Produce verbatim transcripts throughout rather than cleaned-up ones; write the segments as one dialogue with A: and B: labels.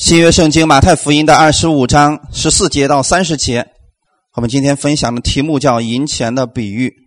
A: 新约圣经马太福音的二十五章十四节到三十节，我们今天分享的题目叫银钱的比喻。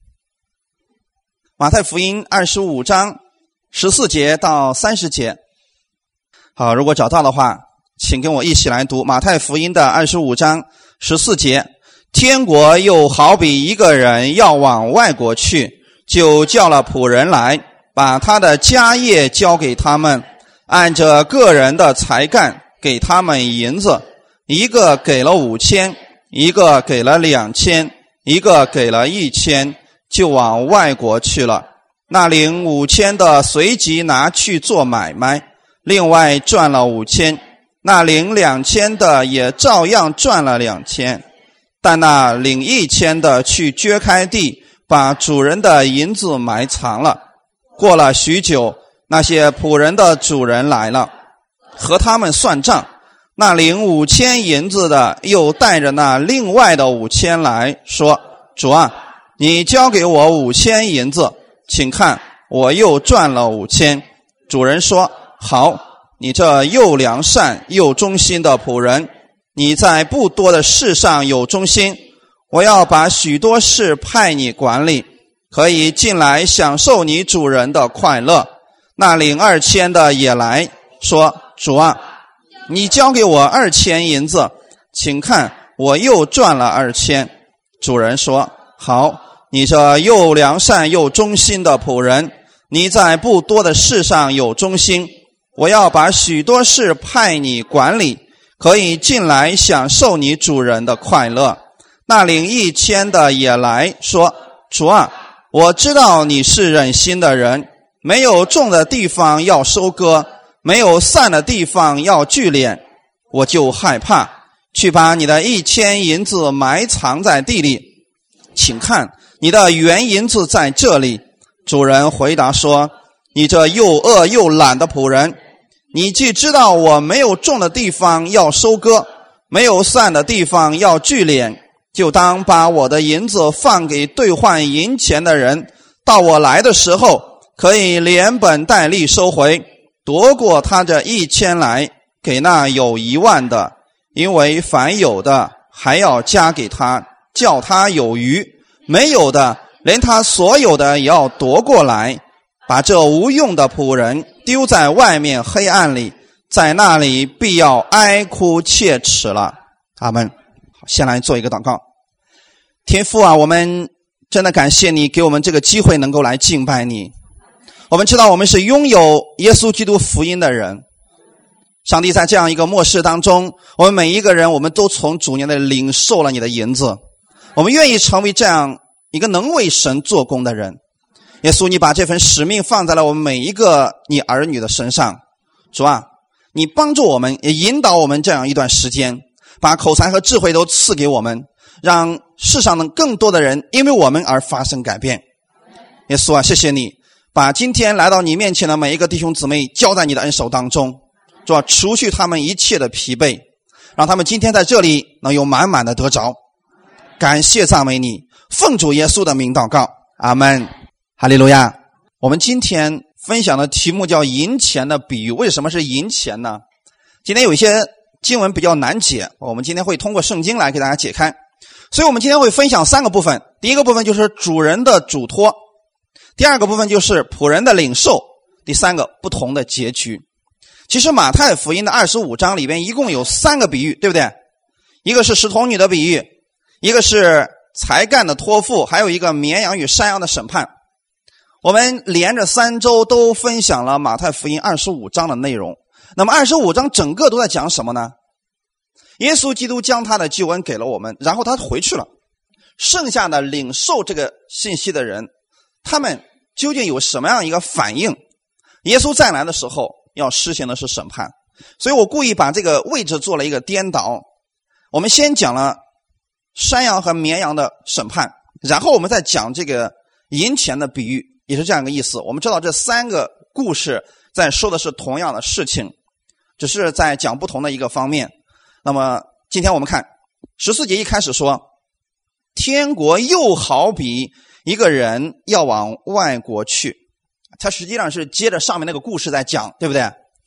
A: 马太福音二十五章十四节到三十节。好，如果找到的话，请跟我一起来读马太福音的二十五章十四节。天国又好比一个人要往外国去，就叫了仆人来，把他的家业交给他们，按着个人的才干给他们银子，一个给了五千，一个给了两千，一个给了一千，就往外国去了。那领五千的随即拿去做买卖，另外赚了五千。那领两千的也照样赚了两千。但那领一千的去掘开地，把主人的银子埋藏了。过了许久，那些仆人的主人来了，和他们算账。那领五千银子的又带着那另外的五千来说，主啊，你交给我五千银子，请看我又赚了五千。主人说，好，你这又良善又忠心的仆人，你在不多的事上有忠心，我要把许多事派你管理，可以进来享受你主人的快乐。那领二千的也来说，主啊，你交给我二千银子，请看我又赚了二千。主人说，好，你这又良善又忠心的仆人，你在不多的事上有忠心，我要把许多事派你管理，可以进来享受你主人的快乐。那领一千的也来说，主啊，我知道你是忍心的人，没有种的地方要收割，没有散的地方要聚敛，我就害怕，去把你的一千银子埋藏在地里，请看你的原银子在这里。主人回答说，你这又饿又懒的仆人，你既知道我没有种的地方要收割，没有散的地方要聚敛，就当把我的银子放给兑换银钱的人，到我来的时候可以连本带利收回，夺过他这一千来，给那有一万的，因为凡有的还要加给他，叫他有余；没有的，连他所有的也要夺过来。把这无用的仆人丢在外面黑暗里，在那里必要哀哭切齿了。阿们。好，先来做一个祷告。天父啊，我们真的感谢你给我们这个机会能够来敬拜你。我们知道我们是拥有耶稣基督福音的人，上帝在这样一个末世当中，我们每一个人我们都从主那里领受了你的银子，我们愿意成为这样一个能为神做工的人。耶稣，你把这份使命放在了我们每一个你儿女的身上。主啊，你帮助我们，也引导我们这样一段时间，把口才和智慧都赐给我们，让世上的更多的人因为我们而发生改变。耶稣啊，谢谢你把今天来到你面前的每一个弟兄姊妹交在你的恩手当中。主啊，除去他们一切的疲惫，让他们今天在这里能有满满的得着。感谢赞美你，奉主耶稣的名祷告，阿们。哈利路亚。我们今天分享的题目叫银钱的比喻。为什么是银钱呢？今天有一些经文比较难解，我们今天会通过圣经来给大家解开。所以我们今天会分享三个部分。第一个部分就是主人的嘱托，第二个部分就是仆人的领受，第三个不同的结局。其实马太福音的二十五章里边一共有三个比喻，对不对？一个是石童女的比喻，一个是才干的托付，还有一个绵羊与山羊的审判。我们连着三周都分享了马太福音二十五章的内容。那么二十五章整个都在讲什么呢？耶稣基督将他的救恩给了我们，然后他回去了。剩下的领受这个信息的人，他们究竟有什么样一个反应？耶稣再来的时候要施行的是审判。所以我故意把这个位置做了一个颠倒。我们先讲了山羊和绵羊的审判，然后我们再讲这个银钱的比喻，也是这样一个意思。我们知道这三个故事在说的是同样的事情，只是在讲不同的一个方面。那么今天我们看十四节一开始说，天国又好比一个人要往外国去，它实际上是接着上面那个故事在讲，对不对？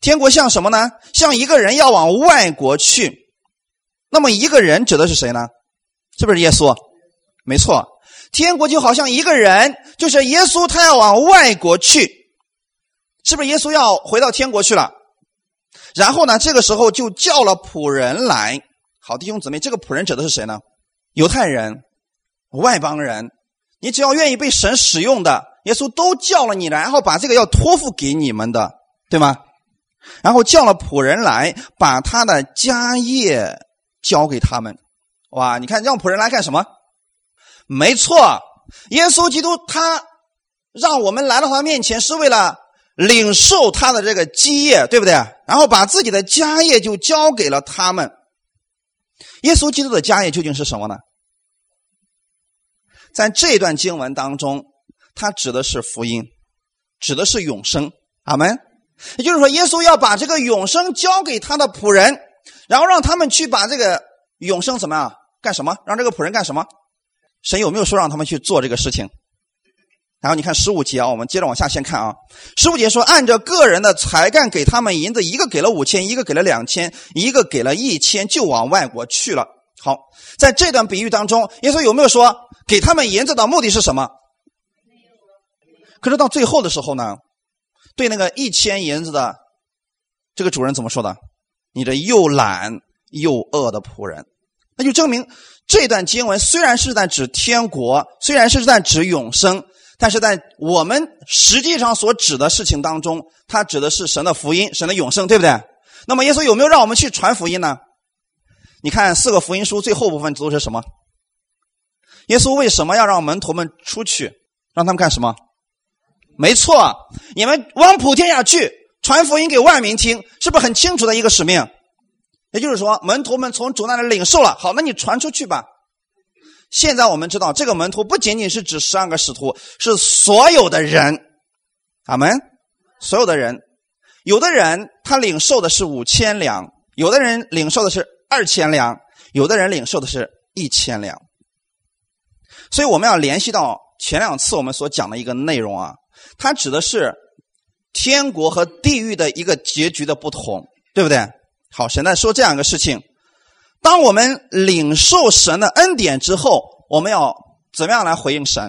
A: 天国像什么呢？像一个人要往外国去。那么一个人指的是谁呢？是不是耶稣？没错，天国就好像一个人，就是耶稣，他要往外国去。是不是耶稣要回到天国去了？然后呢，这个时候就叫了仆人来。好，弟兄姊妹，这个仆人指的是谁呢？犹太人、外邦人，你只要愿意被神使用的，耶稣都叫了你来，然后把这个要托付给你们的，对吗？然后叫了仆人来，把他的家业交给他们。哇，你看让仆人来干什么？没错，耶稣基督他让我们来到他面前是为了领受他的这个基业，对不对？然后把自己的家业就交给了他们。耶稣基督的家业究竟是什么呢？在这段经文当中，它指的是福音，指的是永生。阿们。也就是说，耶稣要把这个永生交给他的仆人，然后让他们去把这个永生怎么样干什么？让这个仆人干什么？神有没有说让他们去做这个事情？然后你看十五节啊，我们接着往下先看啊。十五节说，按着个人的才干给他们银子，一个给了五千，一个给了两千，一个给了一千，就往外国去了。好，在这段比喻当中，耶稣有没有说给他们银子的目的是什么？可是到最后的时候呢，对那个一千银子的这个主人怎么说的？你这又懒又饿的仆人。那就证明这段经文虽然是在指天国，虽然是在指永生，但是在我们实际上所指的事情当中，它指的是神的福音，神的永生，对不对？那么耶稣有没有让我们去传福音呢？你看四个福音书最后部分都是什么？耶稣为什么要让门徒们出去？让他们干什么？没错，你们往普天下去，传福音给万民听，是不是很清楚的一个使命？也就是说，门徒们从主那里领受了，好，那你传出去吧。现在我们知道，这个门徒不仅仅是指十二个使徒，是所有的人。阿们，所有的人。有的人他领受的是五千两，有的人领受的是二千两，有的人领受的是一千两。所以我们要联系到前两次我们所讲的一个内容啊，它指的是天国和地狱的一个结局的不同，对不对？好，神在说这样一个事情，当我们领受神的恩典之后，我们要怎么样来回应神？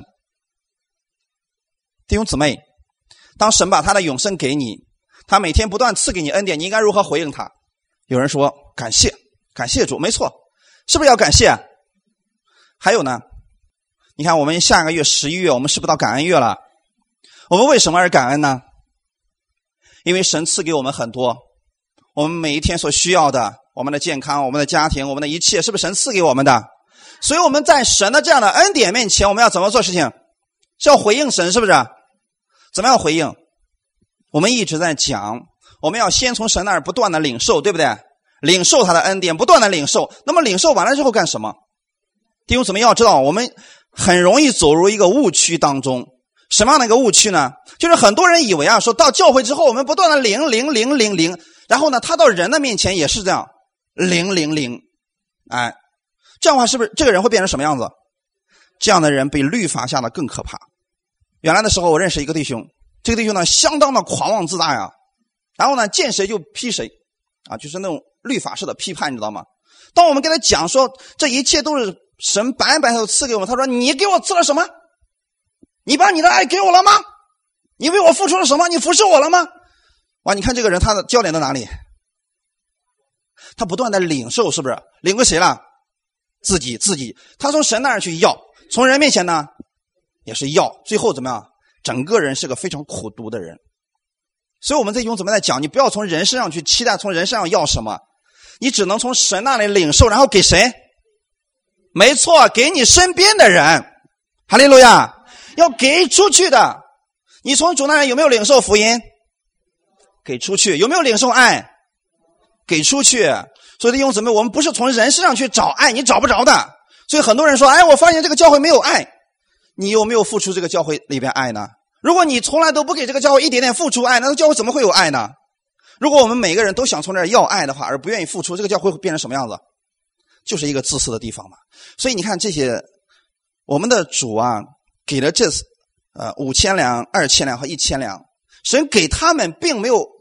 A: 弟兄姊妹，当神把他的永生给你，他每天不断赐给你恩典，你应该如何回应他？有人说感谢，感谢主，没错，是不是要感谢？还有呢，你看我们下个月十一月，我们是不是到感恩月了？我们为什么而感恩呢？因为神赐给我们很多，我们每一天所需要的，我们的健康，我们的家庭，我们的一切，是不是神赐给我们的？所以我们在神的这样的恩典面前，我们要怎么做事情？是要回应神，是不是？怎么样回应？我们一直在讲，我们要先从神那儿不断的领受，对不对？领受他的恩典，不断的领受。那么领受完了之后干什么？弟兄姊妹要知道，我们很容易走入一个误区当中。什么样的一个误区呢？就是很多人以为啊，说到教会之后，我们不断的领领领领领，然后呢，他到人的面前也是这样领领领，哎，这样的话是不是这个人会变成什么样子？这样的人比律法下的更可怕。原来的时候，我认识一个弟兄，这个弟兄呢相当的狂妄自大呀，然后呢见谁就批谁啊，就是那种律法式的批判，你知道吗？当我们跟他讲说这一切都是神白白的赐给我们，他说你给我赐了什么？你把你的爱给我了吗？你为我付出了什么？你服侍我了吗？哇，你看这个人他的焦点在哪里？他不断的领受，是不是？领给谁了？自己自己。他从神那儿去要，从人面前呢也是要，最后怎么样？整个人是个非常苦毒的人。所以我们这种怎么在讲，你不要从人身上去期待从人身上要什么，你只能从神那里领受，然后给谁？没错，给你身边的人。哈利路亚，要给出去的。你从主那里有没有领受福音？给出去。有没有领受爱？给出去。所以弟兄姊妹，我们不是从人身上去找爱，你找不着的。所以很多人说，哎，我发现这个教会没有爱，你有没有付出这个教会里边爱呢？如果你从来都不给这个教会一点点付出爱，那个教会怎么会有爱呢？如果我们每个人都想从这儿要爱的话，而不愿意付出，这个教会会变成什么样子？就是一个自私的地方嘛。所以你看这些，我们的主啊，给了这呃五千两、二千两和一千两，神给他们并没有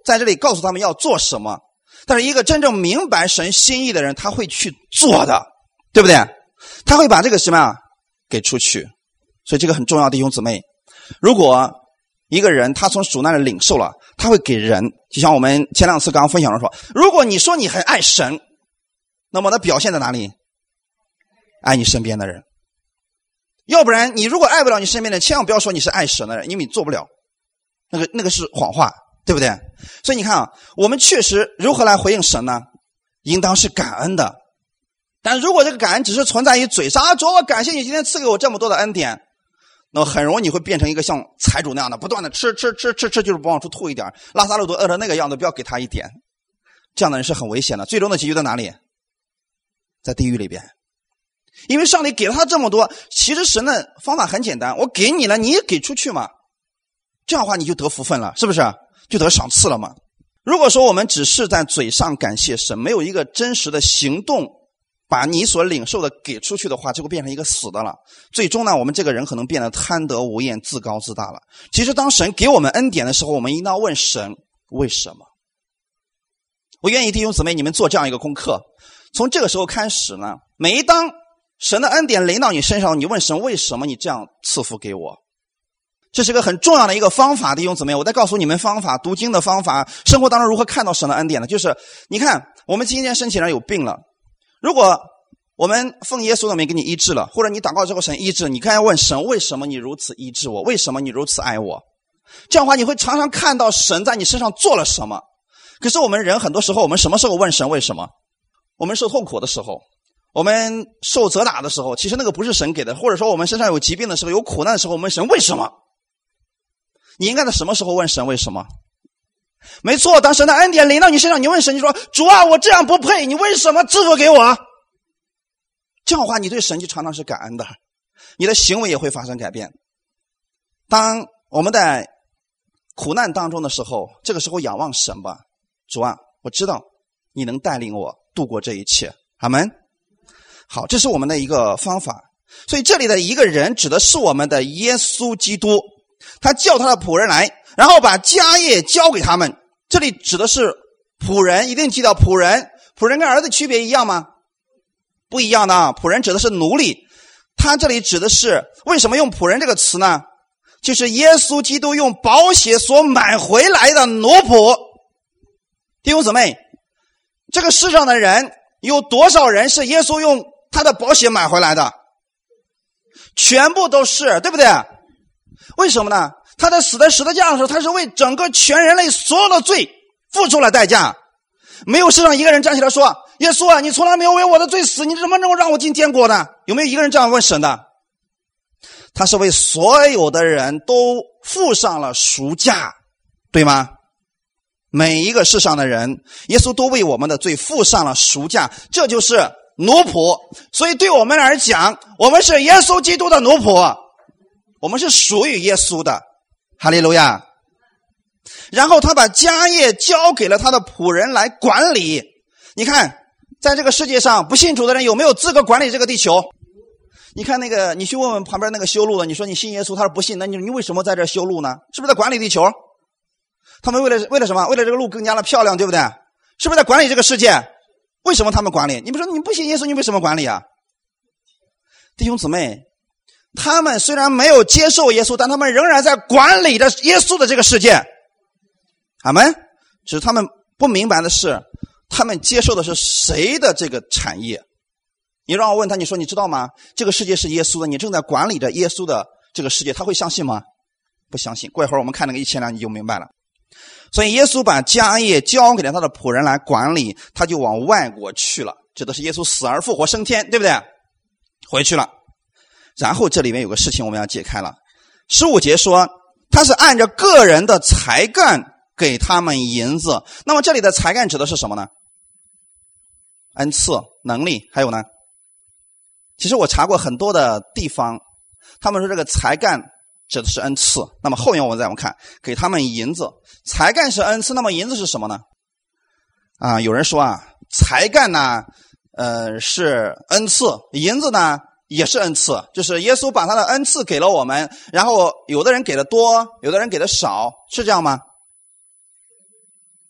A: 在这里告诉他们要做什么，但是一个真正明白神心意的人，他会去做的，对不对？他会把这个什么呀给出去。所以这个很重要，弟兄姊妹，如果一个人他从主那里领受了，他会给人，就像我们前两次刚刚分享的说，如果你说你很爱神，那么它表现在哪里？爱你身边的人。要不然你如果爱不了你身边的人，千万不要说你是爱神的人，因为你做不了，那个那个是谎话，对不对？所以你看啊，我们确实如何来回应神呢？应当是感恩的。但如果这个感恩只是存在于嘴上啊，主，我感谢你今天赐给我这么多的恩典，那么很容易你会变成一个像财主那样的，不断的吃吃吃吃吃，就是不往出吐一点。拉撒路都饿成那个样子，不要给他一点，这样的人是很危险的。最终的结局在哪里？在地狱里边。因为上帝给了他这么多，其实神的方法很简单，我给你了，你也给出去嘛，这样的话你就得福分了，是不是？就得赏赐了嘛。如果说我们只是在嘴上感谢神，没有一个真实的行动把你所领受的给出去的话，就会变成一个死的了。最终呢，我们这个人可能变得贪得无厌，自高自大了。其实当神给我们恩典的时候，我们应当问神为什么。我愿意弟兄姊妹你们做这样一个功课，从这个时候开始呢，每一当神的恩典临到你身上，你问神为什么你这样赐福给我。这是个很重要的一个方法，弟兄姊妹，我再告诉你们方法，读经的方法，生活当中如何看到神的恩典呢？就是你看我们今天身体上有病了，如果我们奉耶稣的名给你医治了，或者你祷告之后神医治，你该问神为什么你如此医治我，为什么你如此爱我。这样的话你会常常看到神在你身上做了什么。可是我们人很多时候，我们什么时候问神为什么？我们受痛苦的时候，我们受责打的时候，其实那个不是神给的，或者说我们身上有疾病的时候，有苦难的时候，我们问神为什么。你应该在什么时候问神为什么？没错，当神的恩典临到你身上，你问神，你说主啊，我这样不配，你为什么赐福给我？这样的话你对神就常常是感恩的，你的行为也会发生改变。当我们在苦难当中的时候，这个时候仰望神吧，主啊，我知道你能带领我度过这一切，阿们。好，这是我们的一个方法。所以这里的一个人指的是我们的耶稣基督，他叫他的仆人来，然后把家业交给他们。这里指的是仆人，一定记到仆人。仆人跟儿子区别一样吗？不一样的。仆人指的是奴隶，他这里指的是，为什么用仆人这个词呢？就是耶稣基督用宝血所买回来的奴仆。弟兄姊妹，这个世上的人有多少人是耶稣用他的宝血买回来的？全部都是，对不对？为什么呢？他在死在十字架的时候，他是为整个全人类所有的罪付出了代价。没有世上一个人站起来说，耶稣啊，你从来没有为我的罪死，你怎么能够让我进天国呢？有没有一个人这样问神的？他是为所有的人都付上了赎价，对吗？每一个世上的人，耶稣都为我们的罪付上了赎价，这就是奴仆。所以对我们来讲，我们是耶稣基督的奴仆，我们是属于耶稣的，哈利路亚。然后他把家业交给了他的仆人来管理。你看在这个世界上不信主的人有没有资格管理这个地球？你看那个，你去问问旁边那个修路的，你说你信耶稣，他说不信，那你你为什么在这修路呢？是不是在管理地球？他们为了为了什么？为了这个路更加的漂亮，对不对？是不是在管理这个世界？为什么他们管理？你们说你不信耶稣，你为什么管理啊？弟兄姊妹，他们虽然没有接受耶稣，但他们仍然在管理着耶稣的这个世界。阿们。只是他们不明白的是，他们接受的是谁的这个产业。你让我问他，你说你知道吗？这个世界是耶稣的，你正在管理着耶稣的这个世界，他会相信吗？不相信。过一会儿我们看那个一千两你就明白了。所以耶稣把家业交给了他的仆人来管理，他就往外国去了，指的是耶稣死而复活升天，对不对？回去了。然后这里面有个事情我们要解开了。十五节说他是按照个人的才干给他们银子。那么这里的才干指的是什么呢？恩赐、能力，还有呢？其实我查过很多的地方，他们说这个才干指的是恩赐。那么后面我们再我们看，给他们银子。才干是恩赐，那么银子是什么呢？啊，有人说啊，才干呢，呃，是恩赐，银子呢也是恩赐，就是耶稣把他的恩赐给了我们，然后有的人给的多，有的人给的少，是这样吗？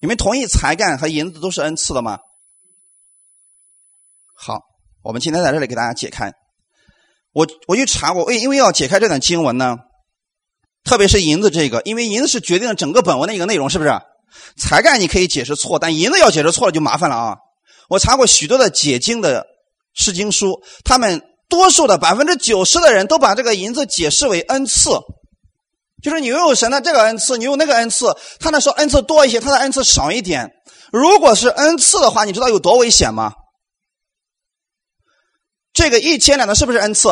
A: 你们同意才干和银子都是恩赐的吗？好，我们今天在这里给大家解开。我我去查过，因为要解开这段经文呢，特别是银子这个，因为银子是决定了整个本文的一个内容，是不是？才干你可以解释错，但银子要解释错了就麻烦了啊！我查过许多的解经的释经书，他们多数的百分之九十的人都把这个银子解释为恩赐，就是你拥有神的这个恩赐，你有那个恩赐，他那说恩赐多一些，他的恩赐少一点。如果是恩赐的话，你知道有多危险吗？这个一千两的是不是恩赐？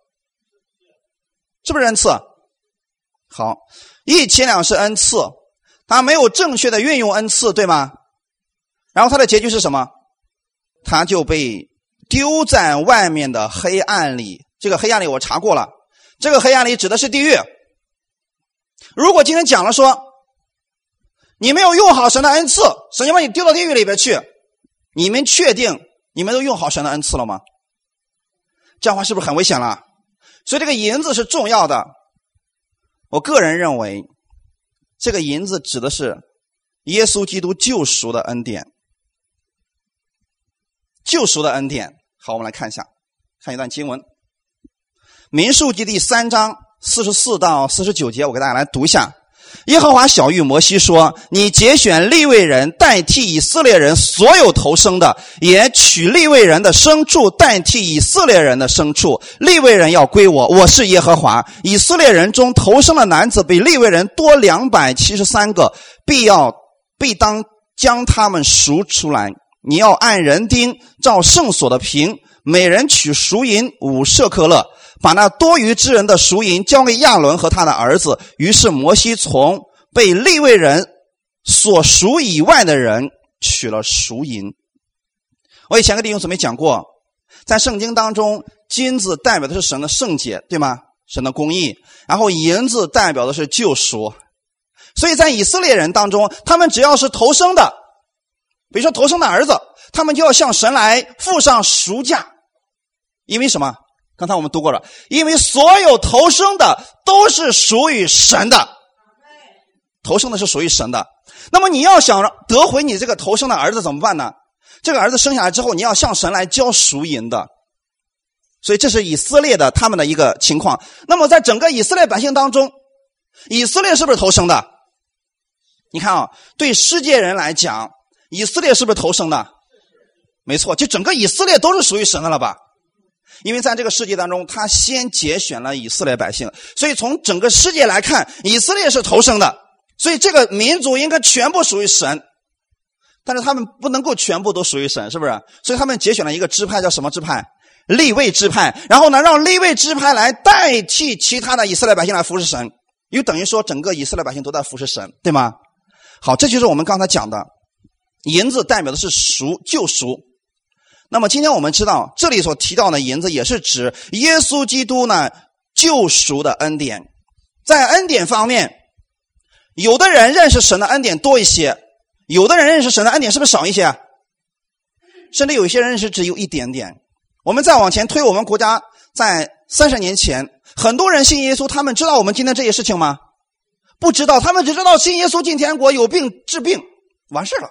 A: 是不是恩赐？好，一千两是恩赐，他没有正确的运用恩赐，对吗？然后他的结局是什么？他就被丢在外面的黑暗里。这个黑暗里我查过了，这个黑暗里指的是地狱。如果今天讲了说你没有用好神的恩赐，神就把你丢到地狱里边去，你们确定你们都用好神的恩赐了吗？这样的话是不是很危险了？所以这个银子是重要的。我个人认为这个银子指的是耶稣基督救赎的恩典，救赎的恩典。好，我们来看一下，看一段经文，民数记第三章四十四到四十九节，我给大家来读一下。耶和华晓谕摩西说，你节选利未人代替以色列人所有头生的，也取利未人的牲畜代替以色列人的牲畜。利未人要归我，我是耶和华。以色列人中头生的男子比利未人多两百七十三个，必要必当将他们赎出来。你要按人丁照圣所的平，每人取赎银五舍克勒，把那多余之人的赎银交给亚伦和他的儿子。于是摩西从被利未人所赎以外的人取了赎银。我以前跟弟兄姊妹讲过，在圣经当中，金子代表的是神的圣洁，对吗？神的公义。然后银子代表的是救赎。所以在以色列人当中，他们只要是头生的，比如说头生的儿子，他们就要向神来付上赎价。因为什么？刚才我们读过了，因为所有头生的都是属于神的，头生的是属于神的。那么你要想得回你这个头生的儿子怎么办呢？这个儿子生下来之后，你要向神来交赎银的。所以这是以色列的他们的一个情况。那么在整个以色列百姓当中，以色列是不是头生的？你看啊，对世界人来讲，以色列是不是头生的？没错，就整个以色列都是属于神的了吧？因为在这个世界当中，他先节选了以色列百姓，所以从整个世界来看，以色列是头生的，所以这个民族应该全部属于神。但是他们不能够全部都属于神，是不是？所以他们节选了一个支派，叫什么支派？利未支派。然后呢，让利未支派来代替其他的以色列百姓来服侍神，又等于说整个以色列百姓都在服侍神，对吗？好，这就是我们刚才讲的，银子代表的是赎，救赎。那么今天我们知道，这里所提到的银子也是指耶稣基督呢救赎的恩典。在恩典方面，有的人认识神的恩典多一些，有的人认识神的恩典是不是少一些啊？甚至有一些人认识只有一点点。我们再往前推，我们国家在三十年前，很多人信耶稣，他们知道我们今天这些事情吗？不知道，他们只知道信耶稣进天国，有病治病，完事了。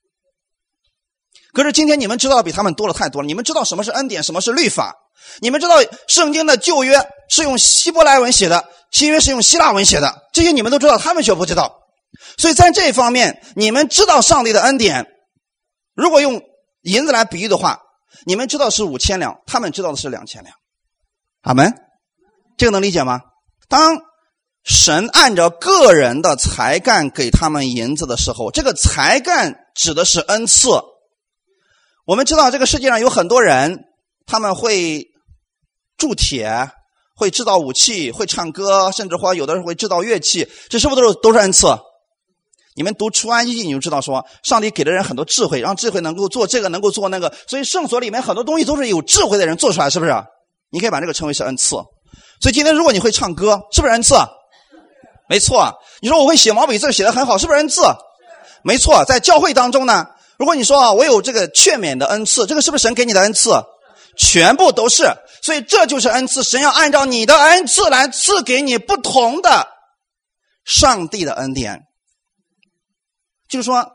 A: 可是今天你们知道的比他们多了太多了。你们知道什么是恩典，什么是律法，你们知道圣经的旧约是用希伯来文写的，新约是用希腊文写的，这些你们都知道，他们却不知道。所以在这一方面，你们知道上帝的恩典，如果用银子来比喻的话，你们知道是五千两，他们知道的是两千两。阿们？这个能理解吗？当神按照个人的才干给他们银子的时候，这个才干指的是恩赐。我们知道这个世界上有很多人，他们会铸铁，会制造武器，会唱歌，甚至或有的人会制造乐器，这是不是都是都是恩赐？你们读出埃及记你就知道说，上帝给了人很多智慧，让智慧能够做这个，能够做那个，所以圣所里面很多东西都是有智慧的人做出来，是不是？你可以把这个称为是恩赐。所以今天如果你会唱歌，是不是恩赐？没错。你说我会写毛笔字写得很好，是不是恩赐？没错。在教会当中呢，如果你说啊，我有这个劝勉的恩赐，这个是不是神给你的恩赐？全部都是。所以这就是恩赐，神要按照你的恩赐来赐给你不同的上帝的恩典。就是说，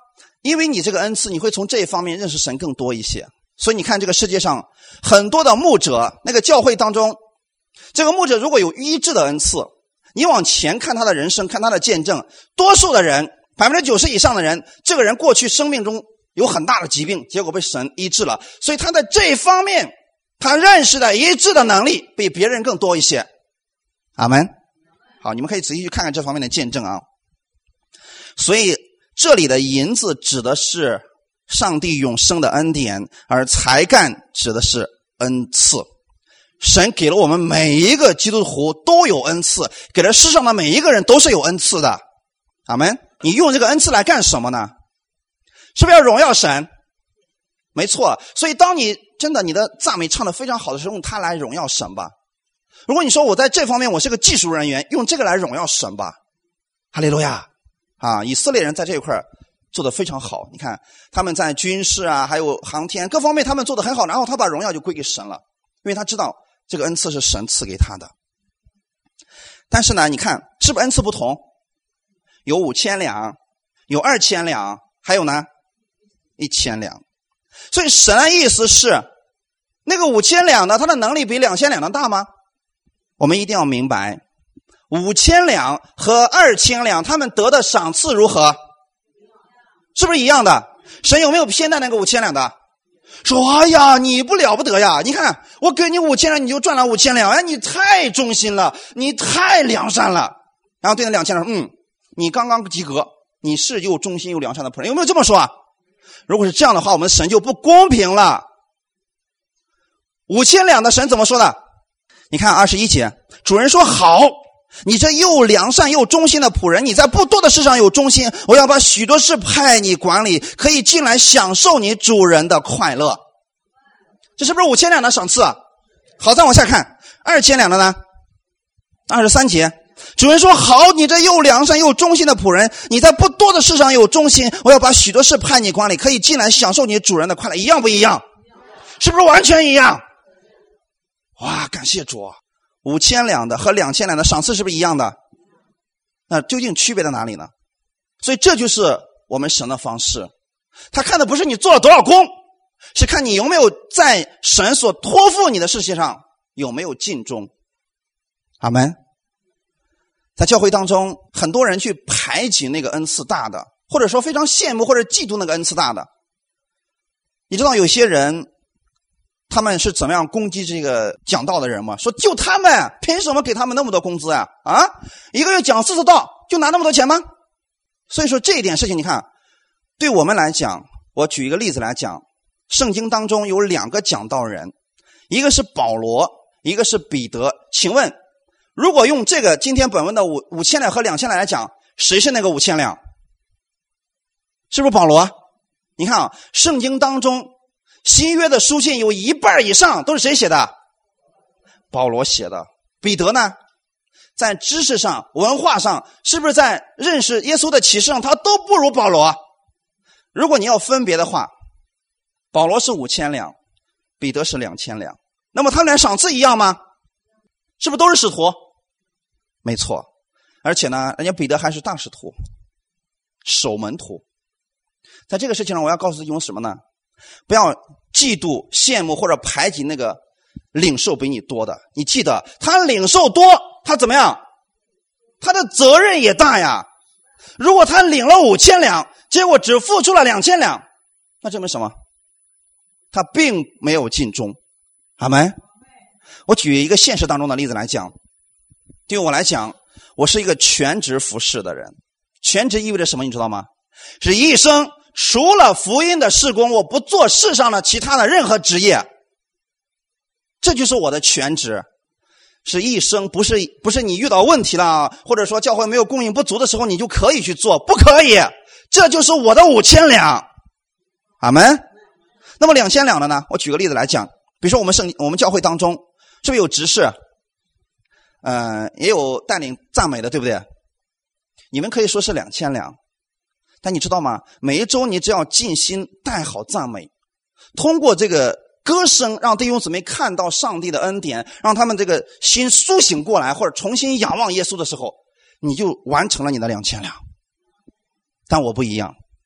A: 因为你这个恩赐，你会从这一方面认识神更多一些。所以你看这个世界上很多的牧者，那个教会当中，这个牧者如果有医治的恩赐，你往前看他的人生，看他的见证，多数的人 百分之九十 以上的人，这个人过去生命中有很大的疾病，结果被神医治了，所以他在这一方面他认识的医治的能力比别人更多一些。阿们。好，你们可以仔细去看看这方面的见证啊。所以这里的银子指的是上帝永生的恩典，而才干指的是恩赐。神给了我们每一个基督徒都有恩赐，给了世上的每一个人都是有恩赐的。阿们。你用这个恩赐来干什么呢？是不是要荣耀神？没错。所以当你真的你的赞美唱得非常好的时候，用它来荣耀神吧。如果你说我在这方面我是个技术人员，用这个来荣耀神吧。哈利路亚啊！以色列人在这一块做得非常好，你看他们在军事啊还有航天各方面他们做得很好，然后他把荣耀就归给神了，因为他知道这个恩赐是神赐给他的。但是呢，你看是不是恩赐不同？有五千两，有二千两，还有呢一千两。所以神的意思是，那个五千两的他的能力比两千两的大吗？我们一定要明白，五千两和二千两他们得的赏赐如何？是不是一样的？神有没有偏待那个五千两的？说哎呀你不了不得呀，你看我给你五千两你就赚了五千两，哎你太忠心了，你太良善了。然后对那两千两说，嗯你刚刚及格，你是又忠心又良善的仆人，有没有这么说啊？如果是这样的话，我们神就不公平了。五千两的神怎么说的？你看二十一节，主人说好，你这又良善又忠心的仆人，你在不多的事上有忠心，我要把许多事派你管理，可以进来享受你主人的快乐。这是不是五千两的赏赐啊？好，再往下看二千两的呢？二十三节，主人说好，你这又良善又忠心的仆人，你在不多的事上有忠心，我要把许多事派你管理，可以进来享受你主人的快乐。一样不一样？是不是完全一样？哇，感谢主！五千两的和两千两的赏赐是不是一样的？那究竟区别在哪里呢？所以这就是我们神的方式，他看的不是你做了多少功，是看你有没有在神所托付你的事情上有没有尽忠。阿们。在教会当中，很多人去排挤那个恩赐大的，或者说非常羡慕或者嫉妒那个恩赐大的。你知道有些人他们是怎么样攻击这个讲道的人吗？说就他们凭什么给他们那么多工资啊？啊，一个月讲四次道就拿那么多钱吗？所以说这一点事情，你看对我们来讲，我举一个例子来讲，圣经当中有两个讲道人，一个是保罗，一个是彼得。请问如果用这个今天本文的五五千两和两千两来讲，谁是那个五千两？是不是保罗？你看啊，圣经当中新约的书信有一半以上都是谁写的？保罗写的。彼得呢，在知识上文化上是不是在认识耶稣的启示上他都不如保罗？如果你要分别的话，保罗是五千两，彼得是两千两，那么他们俩赏赐一样吗？是不是都是使徒？没错。而且呢，人家彼得还是大使徒，守门徒。在这个事情上我要告诉自己什么呢？不要嫉妒羡慕或者排挤那个领受比你多的。你记得他领受多，他怎么样？他的责任也大呀。如果他领了五千两，结果只付出了两千两，那证明什么？他并没有尽忠。阿们。我举一个现实当中的例子来讲，对我来讲，我是一个全职服侍的人。全职意味着什么你知道吗？是一生除了福音的事工，我不做世上的其他的任何职业。这就是我的全职。是一生，不是不是你遇到问题了，或者说教会没有供应不足的时候你就可以去做，不可以。这就是我的五千两。阿们。那么两千两的呢？我举个例子来讲，比如说我们圣我们教会当中是不是有执事，呃，也有带领赞美的，对不对？你们可以说是两千两，但你知道吗？每一周你只要尽心带好赞美，通过这个歌声让弟兄姊妹看到上帝的恩典，让他们这个心苏醒过来，或者重新仰望耶稣的时候，你就完成了你的两千两。但我不一样，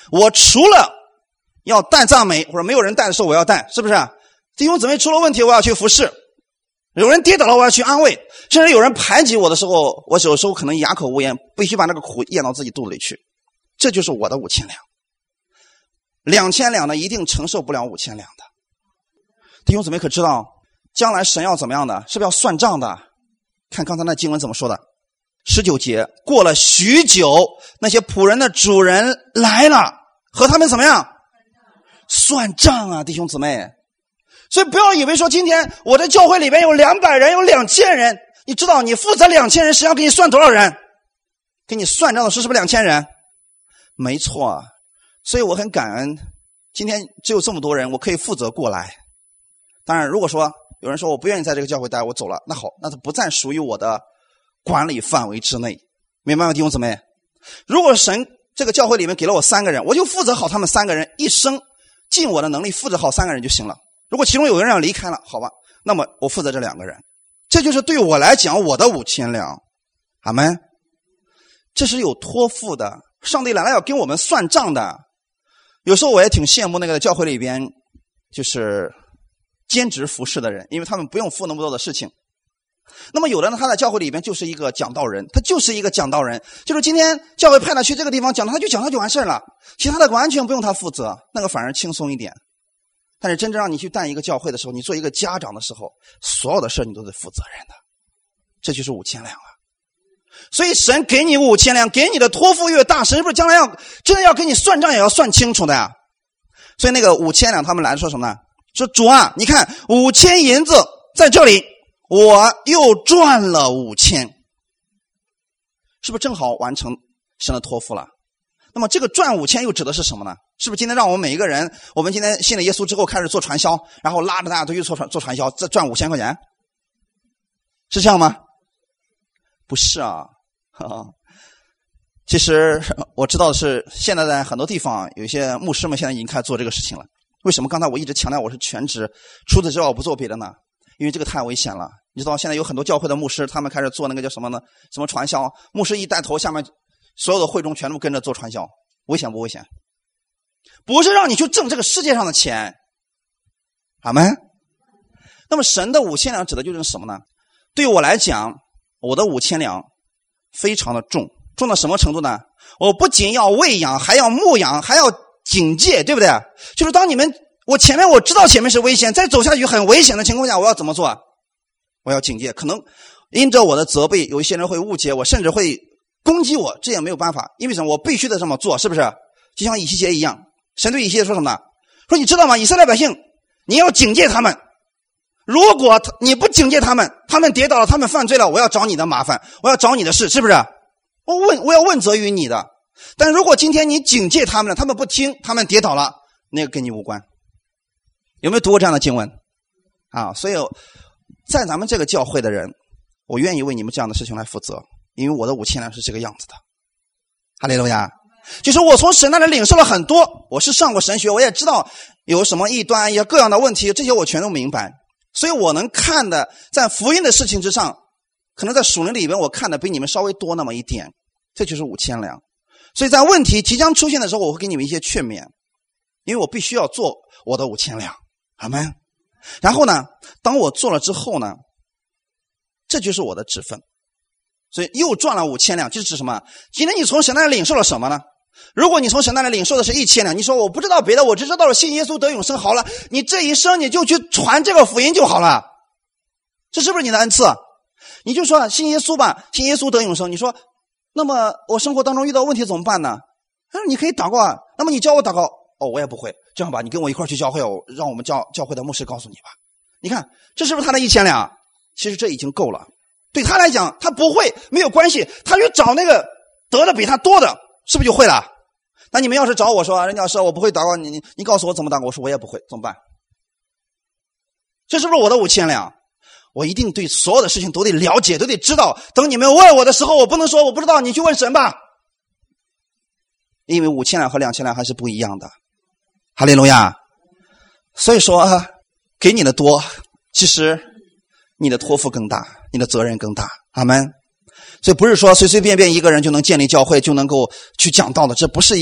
A: 我除了要带赞美，或者没有人带的时候我要带，是不是？弟兄姊妹出了问题我要去服侍，有人跌倒了我要去安慰，甚至有人排挤我的时候，我有时候可能哑口无言，必须把那个苦咽到自己肚子里去。这就是我的五千两。两千两的一定承受不了五千两的。弟兄姊妹可知道将来神要怎么样的？是不是要算账的？看刚才那经文怎么说的。十九节，过了许久，那些仆人的主人来了，和他们怎么样？算账啊，弟兄姊妹。所以不要以为说今天我的教会里面有两百人，有两千人，你知道你负责两千人，实际上给你算多少人？给你算账的是是不是两千人？没错。所以我很感恩，今天只有这么多人，我可以负责过来。当然如果说有人说我不愿意在这个教会待，我走了，那好，那它不再属于我的管理范围之内，明白吗，弟兄姊妹？如果神这个教会里面给了我三个人，我就负责好他们三个人，一生尽我的能力负责好三个人就行了。如果其中有个人要离开了，好吧，那么我负责这两个人。这就是对我来讲我的五千两。阿们。这是有托付的，上帝来了要跟我们算账的。有时候我也挺羡慕那个教会里边就是兼职服侍的人，因为他们不用负那么多的事情。那么有的呢，他在教会里边就是一个讲道人，他就是一个讲道人，就是今天教会派他去这个地方讲，他就讲他就完事了，其他的完全不用他负责，那个反而轻松一点。但是真正让你去带一个教会的时候，你做一个家长的时候，所有的事你都得负责任的，这就是五千两了。所以神给你五千两，给你的托付越大，神是不是将来要真的要给你算账也要算清楚的呀？所以那个五千两他们来说什么呢？说主啊，你看五千银子在这里，我又赚了五千，是不是正好完成神的托付了？那么这个赚五千又指的是什么呢？是不是今天让我们每一个人，我们今天信了耶稣之后开始做传销，然后拉着大家都去做传做传销，再赚五千块钱？是这样吗？不是啊，呵呵。其实我知道的是，现在在很多地方有一些牧师们现在已经开始做这个事情了。为什么刚才我一直强调我是全职，除此之外我不做别的呢？因为这个太危险了。你知道现在有很多教会的牧师，他们开始做那个叫什么呢？什么传销？牧师一带头，下面所有的会众全部跟着做传销，危险不危险？不是让你去挣这个世界上的钱，阿们。那么神的五千两指的就是什么呢？对我来讲，我的五千两非常的重，重到什么程度呢？我不仅要喂养，还要牧养，还要警戒，对不对？就是当你们我前面我知道前面是危险，再走下去很危险的情况下，我要怎么做？我要警戒。可能因着我的责备，有一些人会误解我，甚至会攻击我，这也没有办法，因为什么？我必须得这么做，是不是？就像以西结一样，神对以西结说什么呢？说你知道吗？以色列百姓，你要警戒他们，如果你不警戒他们，他们跌倒了，他们犯罪了，我要找你的麻烦，我要找你的事，是不是？我问，我要问责于你的。但如果今天你警戒他们了，他们不听，他们跌倒了，那个跟你无关。有没有读过这样的经文啊？所以在咱们这个教会的人，我愿意为你们这样的事情来负责，因为我的五千两是这个样子的。哈利路亚。就是我从神那里领受了很多，我是上过神学，我也知道有什么异端，也各样的问题，这些我全都明白。所以我能看的在福音的事情之上，可能在属灵里边我看的比你们稍微多那么一点，这就是五千两。所以在问题即将出现的时候，我会给你们一些劝勉，因为我必须要做我的五千两，阿们。然后呢，当我做了之后呢，这就是我的职分。所以又赚了五千两，就是指什么？今天你从神那里领受了什么呢？如果你从神那里领受的是一千两，你说我不知道别的，我只知道了信耶稣得永生，好了，你这一生你就去传这个福音就好了，这是不是你的恩赐？你就说信耶稣吧，信耶稣得永生。你说那么我生活当中遇到问题怎么办呢？你可以祷告啊。那么你教我祷告，哦，我也不会。这样吧，你跟我一块去教会，我让我们教教会的牧师告诉你吧。你看这是不是他的一千两？其实这已经够了。对他来讲，他不会没有关系，他去找那个得的比他多的，是不是就会了？那你们要是找我说，人家说我不会祷告，你你告诉我怎么祷告，我说我也不会，怎么办？这是不是我的五千两？我一定对所有的事情都得了解，都得知道。等你们问我的时候，我不能说我不知道，你去问神吧。因为五千两和两千两还是不一样的。哈利路亚。所以说啊，给你的多，其实你的托付更大，你的责任更大。阿们。所以不是说随随便便一个人就能建立教会，就能够去讲道的，这不是一个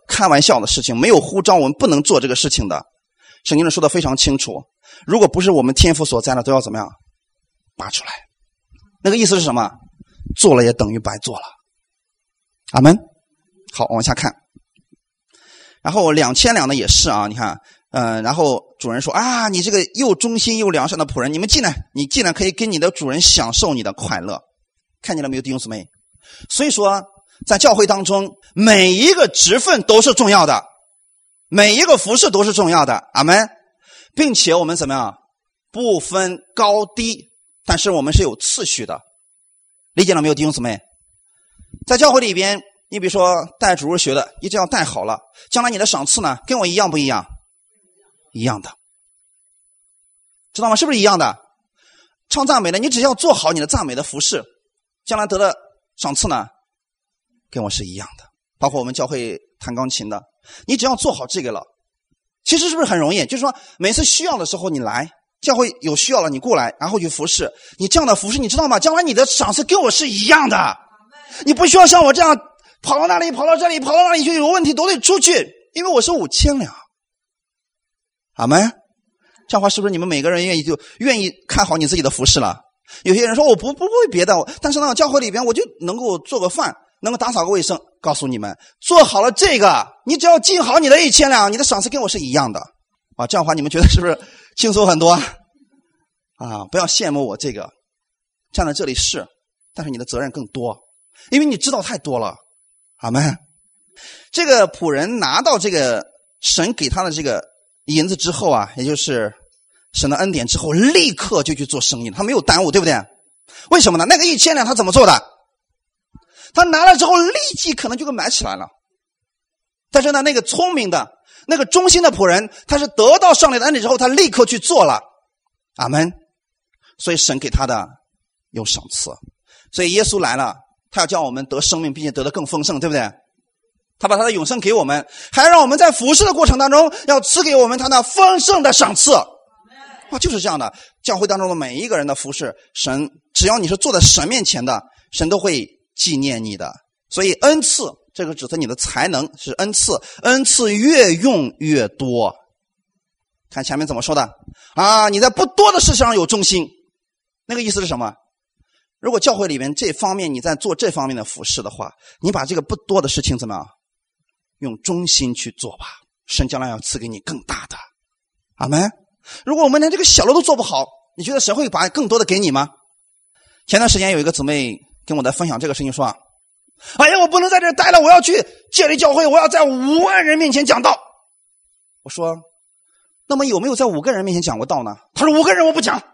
A: 开玩笑的事情，没有呼召我们不能做这个事情的。圣经上说的非常清楚，如果不是我们天赋所在的，都要怎么样拔出来。那个意思是什么？做了也等于白做了。阿们。好，往下看。然后两千两的也是啊，你看，嗯、呃，然后主人说啊，你这个又忠心又良善的仆人，你们进来，你进来可以跟你的主人享受你的快乐。看见了没有，弟兄姊妹？所以说，在教会当中，每一个职分都是重要的，每一个服事都是重要的。阿们。并且我们怎么样？不分高低，但是我们是有次序的。理解了没有，弟兄姊妹？在教会里边，你比如说带主日学的，一定要带好了，将来你的赏赐呢，跟我一样不一样？一样的，知道吗？是不是一样的？唱赞美的，你只要做好你的赞美的服事，将来得的赏赐呢，跟我是一样的。包括我们教会弹钢琴的，你只要做好这个了，其实是不是很容易？就是说每次需要的时候你来，教会有需要了你过来，然后去服事，你这样的服事，你知道吗？将来你的赏赐跟我是一样的。你不需要像我这样跑到那里跑到这里跑到那里去，有问题都得出去，因为我是五千两。阿们。这样的话是不是你们每个人愿意就愿意看好你自己的服事了？有些人说我不不会别的，但是呢教会里边我就能够做个饭，能够打扫个卫生。告诉你们，做好了这个，你只要尽好你的一千两，你的赏赐跟我是一样的啊。这样的话你们觉得是不是轻松很多啊？不要羡慕我这个站在这里是，但是你的责任更多，因为你知道太多了。阿们。这个仆人拿到这个神给他的这个银子之后啊，也就是神的恩典之后，立刻就去做生意，他没有耽误，对不对？为什么呢？那个一千两他怎么做的？他拿了之后立即可能就给买起来了。但是呢，那个聪明的那个忠心的仆人，他是得到上帝的恩典之后，他立刻去做了。阿们。所以神给他的有赏赐。所以耶稣来了，他要叫我们得生命，并且得得更丰盛，对不对？他把他的永生给我们，还让我们在服事的过程当中要赐给我们他那丰盛的赏赐。哇，就是这样的。教会当中的每一个人的服事，神只要你是坐在神面前的，神都会纪念你的。所以恩赐这个指的你的才能是恩赐，恩赐越用越多。看前面怎么说的啊？你在不多的事情上有忠心，那个意思是什么？如果教会里面这方面你在做这方面的服事的话，你把这个不多的事情怎么样用忠心去做吧，神将来要赐给你更大的。阿们。如果我们连这个小的都做不好，你觉得神会把更多的给你吗？前段时间有一个姊妹跟我在分享这个事情，说哎呀，我不能在这待了，我要去建立教会，我要在五万人面前讲道。我说那么有没有在五个人面前讲过道呢？他说五个人我不讲。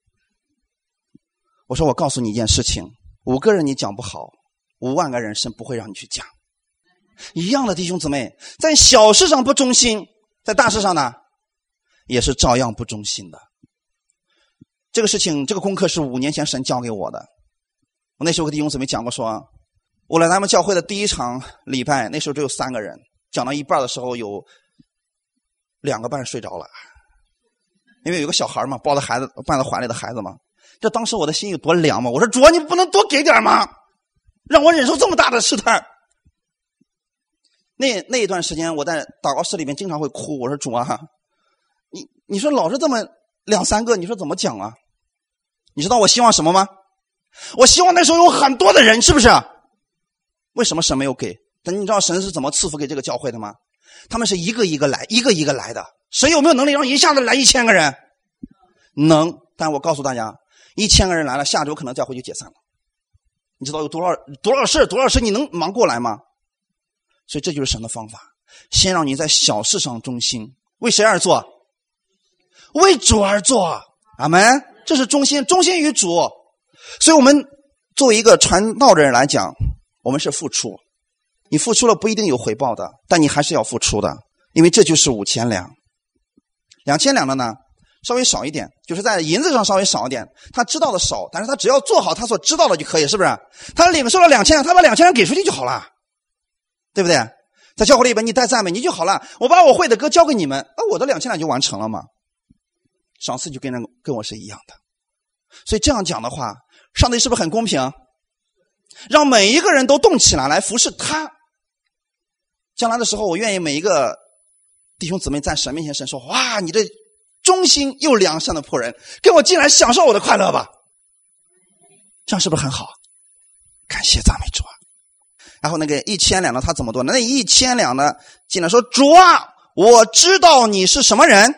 A: 我说我告诉你一件事情，五个人你讲不好，五万个人神不会让你去讲。一样的，弟兄姊妹，在小事上不忠心，在大事上呢也是照样不忠心的。这个事情这个功课是五年前神教给我的。我那时候跟弟兄姊妹讲过，说我来咱们教会的第一场礼拜，那时候只有三个人，讲到一半的时候有两个半睡着了，因为有个小孩嘛，抱着孩子抱在怀里的孩子嘛。这当时我的心有多凉嘛！我说主啊，你不能多给点吗？让我忍受这么大的试探。那那一段时间我在祷告室里面经常会哭，我说主啊，你你说老是这么两三个，你说怎么讲啊？你知道我希望什么吗？我希望那时候有很多的人，是不是？为什么神没有给？但你知道神是怎么赐福给这个教会的吗？他们是一个一个来，一个一个来的。神有没有能力让一下子来一千个人？能。但我告诉大家，一千个人来了，下周可能教会就解散了。你知道有多少多少事多少事你能忙过来吗？所以这就是神的方法，先让你在小事上忠心。为谁而做？为主而做。阿们。这是忠心，忠心于主。所以我们作为一个传道的人来讲，我们是付出。你付出了不一定有回报的，但你还是要付出的，因为这就是五千两。两千两的呢稍微少一点，就是在银子上稍微少一点，他知道的少，但是他只要做好他所知道的就可以，是不是？他领受了两千两，他把两千两给出去就好了，对不对？在教会里边你带赞美你就好了，我把我会的歌交给你们，啊，我的两千两就完成了嘛，赏赐就跟人跟我是一样的。所以这样讲的话，上帝是不是很公平？让每一个人都动起来来服侍他， 将来的时候，我愿意每一个弟兄姊妹在神面前神说，哇，你这忠心又良善的仆人，跟我进来享受我的快乐吧。这样是不是很好？感谢赞美主啊。然后那个一千两呢，他怎么做呢？那一千两呢进来说，主啊，我知道你是什么人，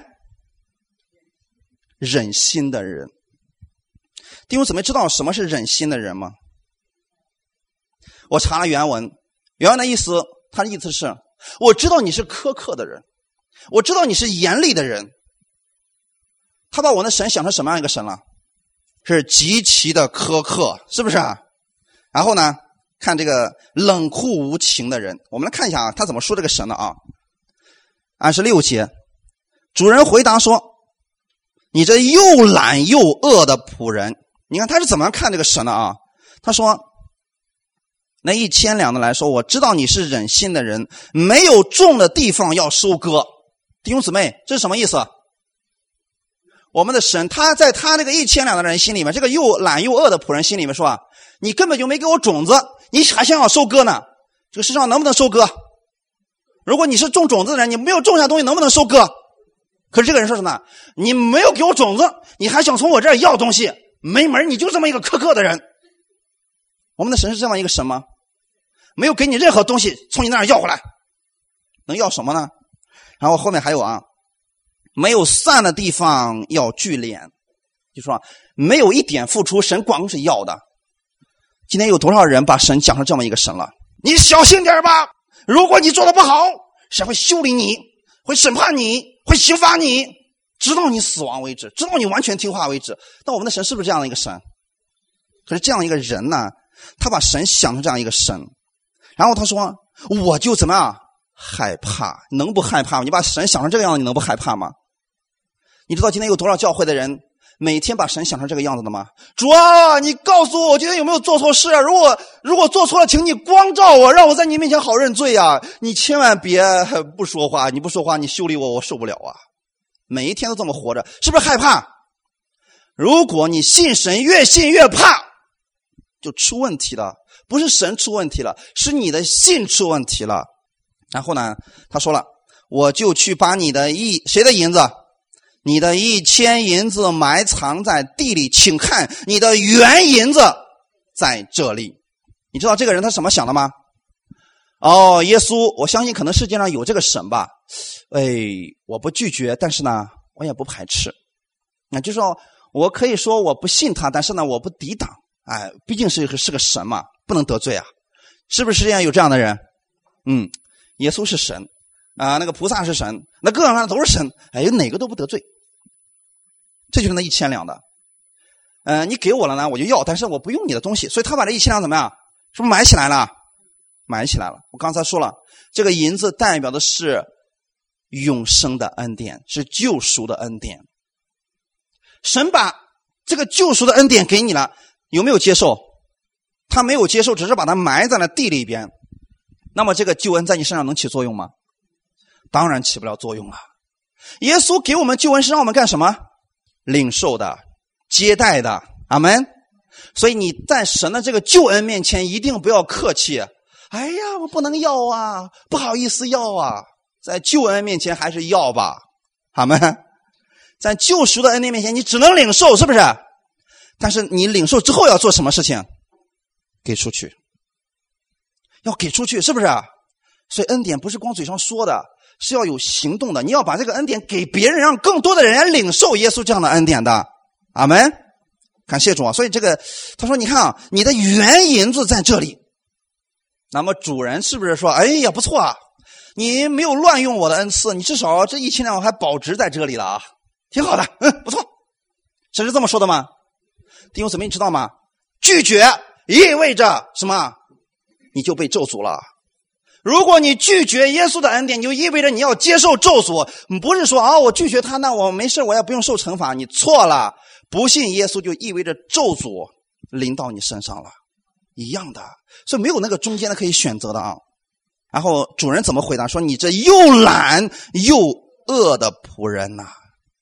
A: 忍心的人。弟兄姊妹知道什么是忍心的人吗？我查了原文，原文的意思，他的意思是，我知道你是苛刻的人，我知道你是严厉的人。他把我的神想成什么样一个神了？是极其的苛刻，是不是啊？然后呢，看这个冷酷无情的人，我们来看一下啊，他怎么说这个神的啊？二十六节，主人回答说，你这又懒又恶的仆人。你看他是怎么看这个神的啊？他说，那一千两的来说，我知道你是忍心的人，没有种的地方要收割。弟兄姊妹，这是什么意思？我们的神，他在他那个一千两的人心里面，这个又懒又恶的仆人心里面说啊，你根本就没给我种子，你还想要收割呢？这个世上能不能收割？如果你是种种子的人，你没有种下东西，能不能收割？可是这个人说什么？你没有给我种子，你还想从我这儿要东西，没门，你就这么一个苛刻的人。我们的神是这样一个神吗？没有给你任何东西从你那儿要回来，能要什么呢？然后后面还有啊，没有散的地方要聚敛，就说没有一点付出，神光是要的。今天有多少人把神讲成这么一个神了？你小心点吧，如果你做的不好，神会修理你，会审判你，会刑罚你，直到你死亡为止，直到你完全听话为止。但我们的神是不是这样的一个神？可是这样一个人呢，他把神想成这样一个神，然后他说，我就怎么样害怕？能不害怕吗？你把神想成这个样子，你能不害怕吗？你知道今天有多少教会的人每天把神想成这个样子的吗？主啊，你告诉我，我今天有没有做错事啊？如果如果做错了，请你光照我，让我在你面前好认罪啊！你千万别不说话，你不说话，你修理我，我受不了啊！每一天都这么活着，是不是害怕？如果你信神越信越怕，就出问题了。不是神出问题了，是你的信出问题了。然后呢，他说了，我就去把你的一谁的银子，你的一千银子埋藏在地里，请看你的原银子在这里。你知道这个人他什么想的吗？哦，耶稣，我相信可能世界上有这个神吧。哎，我不拒绝，但是呢，我也不排斥。那就是说我可以说我不信他，但是呢，我不抵挡。哎，毕竟是是个神嘛，不能得罪啊。是不是世界上有这样的人？嗯，耶稣是神啊、呃，那个菩萨是神，那各样都是神，哎，哪个都不得罪。这就是那一千两的。呃，你给我了呢，我就要，但是我不用你的东西，所以他把这一千两怎么样？是不是买起来了？买起来了。我刚才说了，这个银子代表的是永生的恩典，是救赎的恩典。神把这个救赎的恩典给你了，有没有接受？他没有接受，只是把它埋在了地里边。那么这个救恩在你身上能起作用吗？当然起不了作用了。耶稣给我们救恩是让我们干什么？领受的，接待的。阿们。所以你在神的这个救恩面前一定不要客气。哎呀，我不能要啊，不好意思要啊。在救恩面前还是要吧。阿们。在救赎的恩典面前你只能领受，是不是？但是你领受之后要做什么事情？给出去。要给出去，是不是？所以恩典不是光嘴上说的，是要有行动的。你要把这个恩典给别人，让更多的人领受耶稣这样的恩典的。阿们。感谢主啊！所以这个他说，你看啊，你的原银子在这里。那么主人是不是说，哎呀，不错啊，你没有乱用我的恩赐，你至少这一千两还保值在这里了啊，挺好的，嗯，不错。神是这么说的吗？弟兄姊妹，你知道吗？拒绝意味着什么？你就被咒诅了。如果你拒绝耶稣的恩典，就意味着你要接受咒诅。不是说啊，我拒绝他，那我没事，我也不用受惩罚。你错了，不信耶稣就意味着咒诅临到你身上了，一样的。所以没有那个中间的可以选择的啊。然后主人怎么回答？说你这又懒又恶的仆人呐、啊！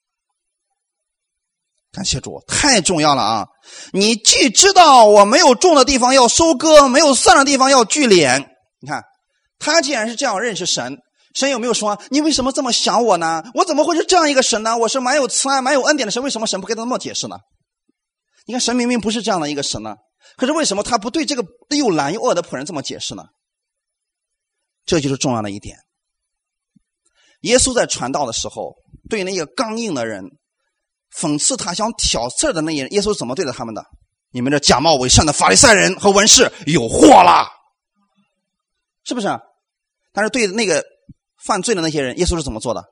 A: 感谢主，太重要了啊！你既知道我没有种的地方要收割，没有散的地方要聚敛。你看他既然是这样认识神，神有没有说你为什么这么想我呢？我怎么会是这样一个神呢？我是蛮有慈爱蛮有恩典的神，为什么神不给他那么解释呢？你看神明明不是这样的一个神呢，可是为什么他不对这个又懒又恶的仆人这么解释呢？这就是重要的一点。耶稣在传道的时候，对那些刚硬的人，讽刺他想挑刺的那些人，耶稣怎么对待他们的？你们这假冒伪善的法利赛人和文士有祸了，是不是？但是对那个犯罪的那些人，耶稣是怎么做的？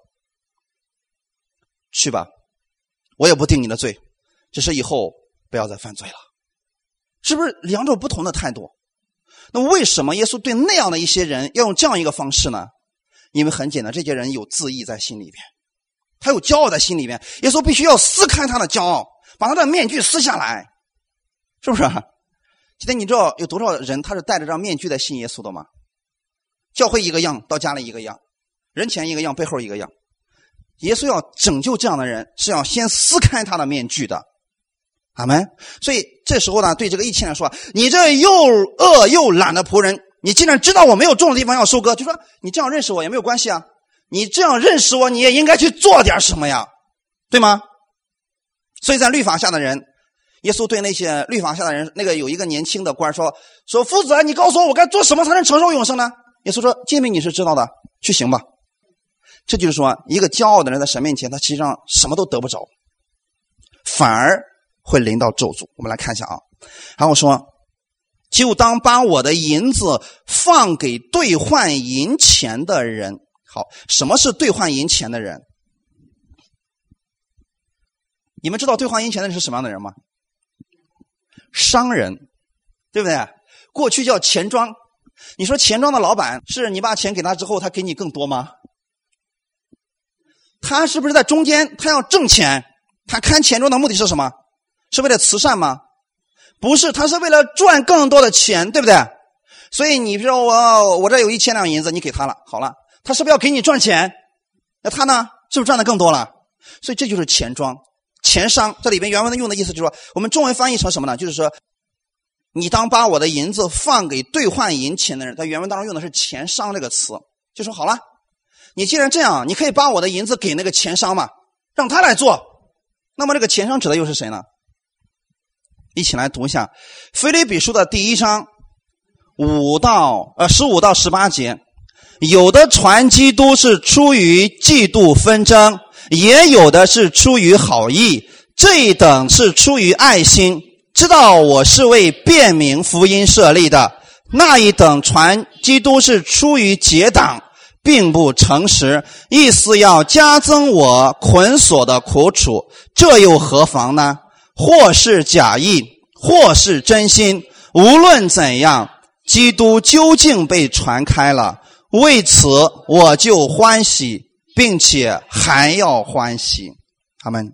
A: 去吧，我也不定你的罪，只是以后不要再犯罪了。是不是两种不同的态度？那为什么耶稣对那样的一些人要用这样一个方式呢？因为很简单，这些人有自义在心里边，他有骄傲在心里边，耶稣必须要撕开他的骄傲，把他的面具撕下来，是不是？今天你知道有多少人他是带着这张面具在信耶稣的吗？教会一个样，到家里一个样，人前一个样，背后一个样。耶稣要拯救这样的人，是要先撕开他的面具的。阿们。所以这时候呢，对这个一千人说，你这又恶又懒的仆人，你既然知道我没有种的地方要收割，就说你这样认识我也没有关系啊，你这样认识我，你也应该去做点什么呀，对吗？所以在律法下的人，耶稣对那些律法下的人，那个有一个年轻的官说说夫子，你告诉我我该做什么才能承受永生呢？耶稣说诫命你是知道的，去行吧。这就是说，一个骄傲的人在神面前，他实际上什么都得不着，反而会临到咒诅。我们来看一下啊，然后说，就当把我的银子放给兑换银钱的人。好，什么是兑换银钱的人？你们知道兑换银钱的人是什么样的人吗？商人，对不对？过去叫钱庄。你说钱庄的老板是你把钱给他之后，他给你更多吗？他是不是在中间他要挣钱？他看钱庄的目的是什么？是为了慈善吗？不是，他是为了赚更多的钱，对不对？所以你说我我这有一千两银子，你给他了，好了，他是不是要给你赚钱？那他呢，是不是赚的更多了？所以这就是钱庄、钱商。这里边原文的用的意思就是说，我们中文翻译成什么呢？就是说，你当把我的银子放给兑换银钱的人，在原文当中用的是钱商这个词，就说好了，你既然这样，你可以把我的银子给那个钱商嘛，让他来做。那么这个钱商指的又是谁呢？一起来读一下腓立比书的第一章五到呃十五到十八节。有的传基督是出于嫉妒纷争，也有的是出于好意，这一等是出于爱心，知道我是为辨明福音设立的。那一等传基督是出于结党，并不诚实，意思要加增我捆锁的苦楚，这又何妨呢？或是假意，或是真心，无论怎样，基督究竟被传开了，为此我就欢喜，并且还要欢喜。阿们。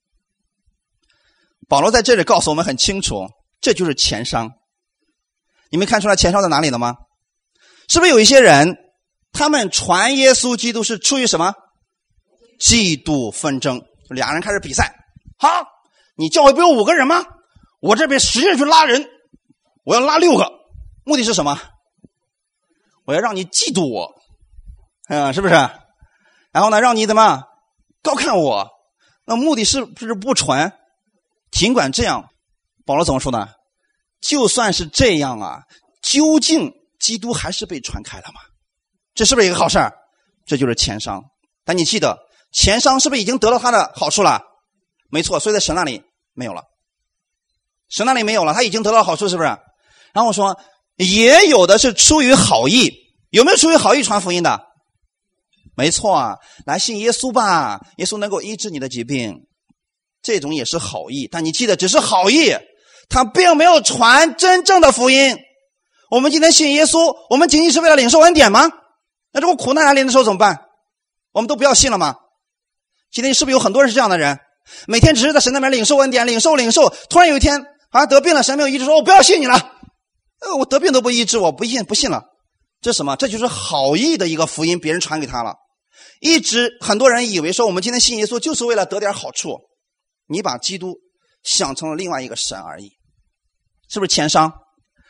A: 保罗在这里告诉我们很清楚，这就是钱商。你们看出来钱商在哪里了吗？是不是有一些人他们传耶稣基督是出于什么？嫉妒纷争，俩人开始比赛。好，你教会不有五个人吗？我这边使劲去拉人，我要拉六个，目的是什么？我要让你嫉妒我，嗯，是不是？然后呢，让你怎么高看我？那目的是不是不纯？尽管这样，保罗怎么说呢？就算是这样啊，究竟基督还是被传开了吗？这是不是一个好事儿？这就是钱商。但你记得，钱商是不是已经得到他的好处了？没错，所以在神那里没有了，神那里没有了，他已经得到好处，是不是？然后说，也有的是出于好意，有没有出于好意传福音的？没错啊，来信耶稣吧，耶稣能够医治你的疾病，这种也是好意。但你记得，只是好意，他并没有传真正的福音。我们今天信耶稣，我们仅仅是为了领受恩典吗？那如果苦难来临的时候怎么办？我们都不要信了吗？今天是不是有很多人是这样的人，每天只是在神那边领受恩典，领受领受，突然有一天好像得病了，神没有医治，说我不要信你了，呃，我得病都不医治，我不信不信了。这是什么？这就是好意的一个福音，别人传给他了。一直很多人以为说我们今天信耶稣就是为了得点好处，你把基督想成了另外一个神而已，是不是钱商？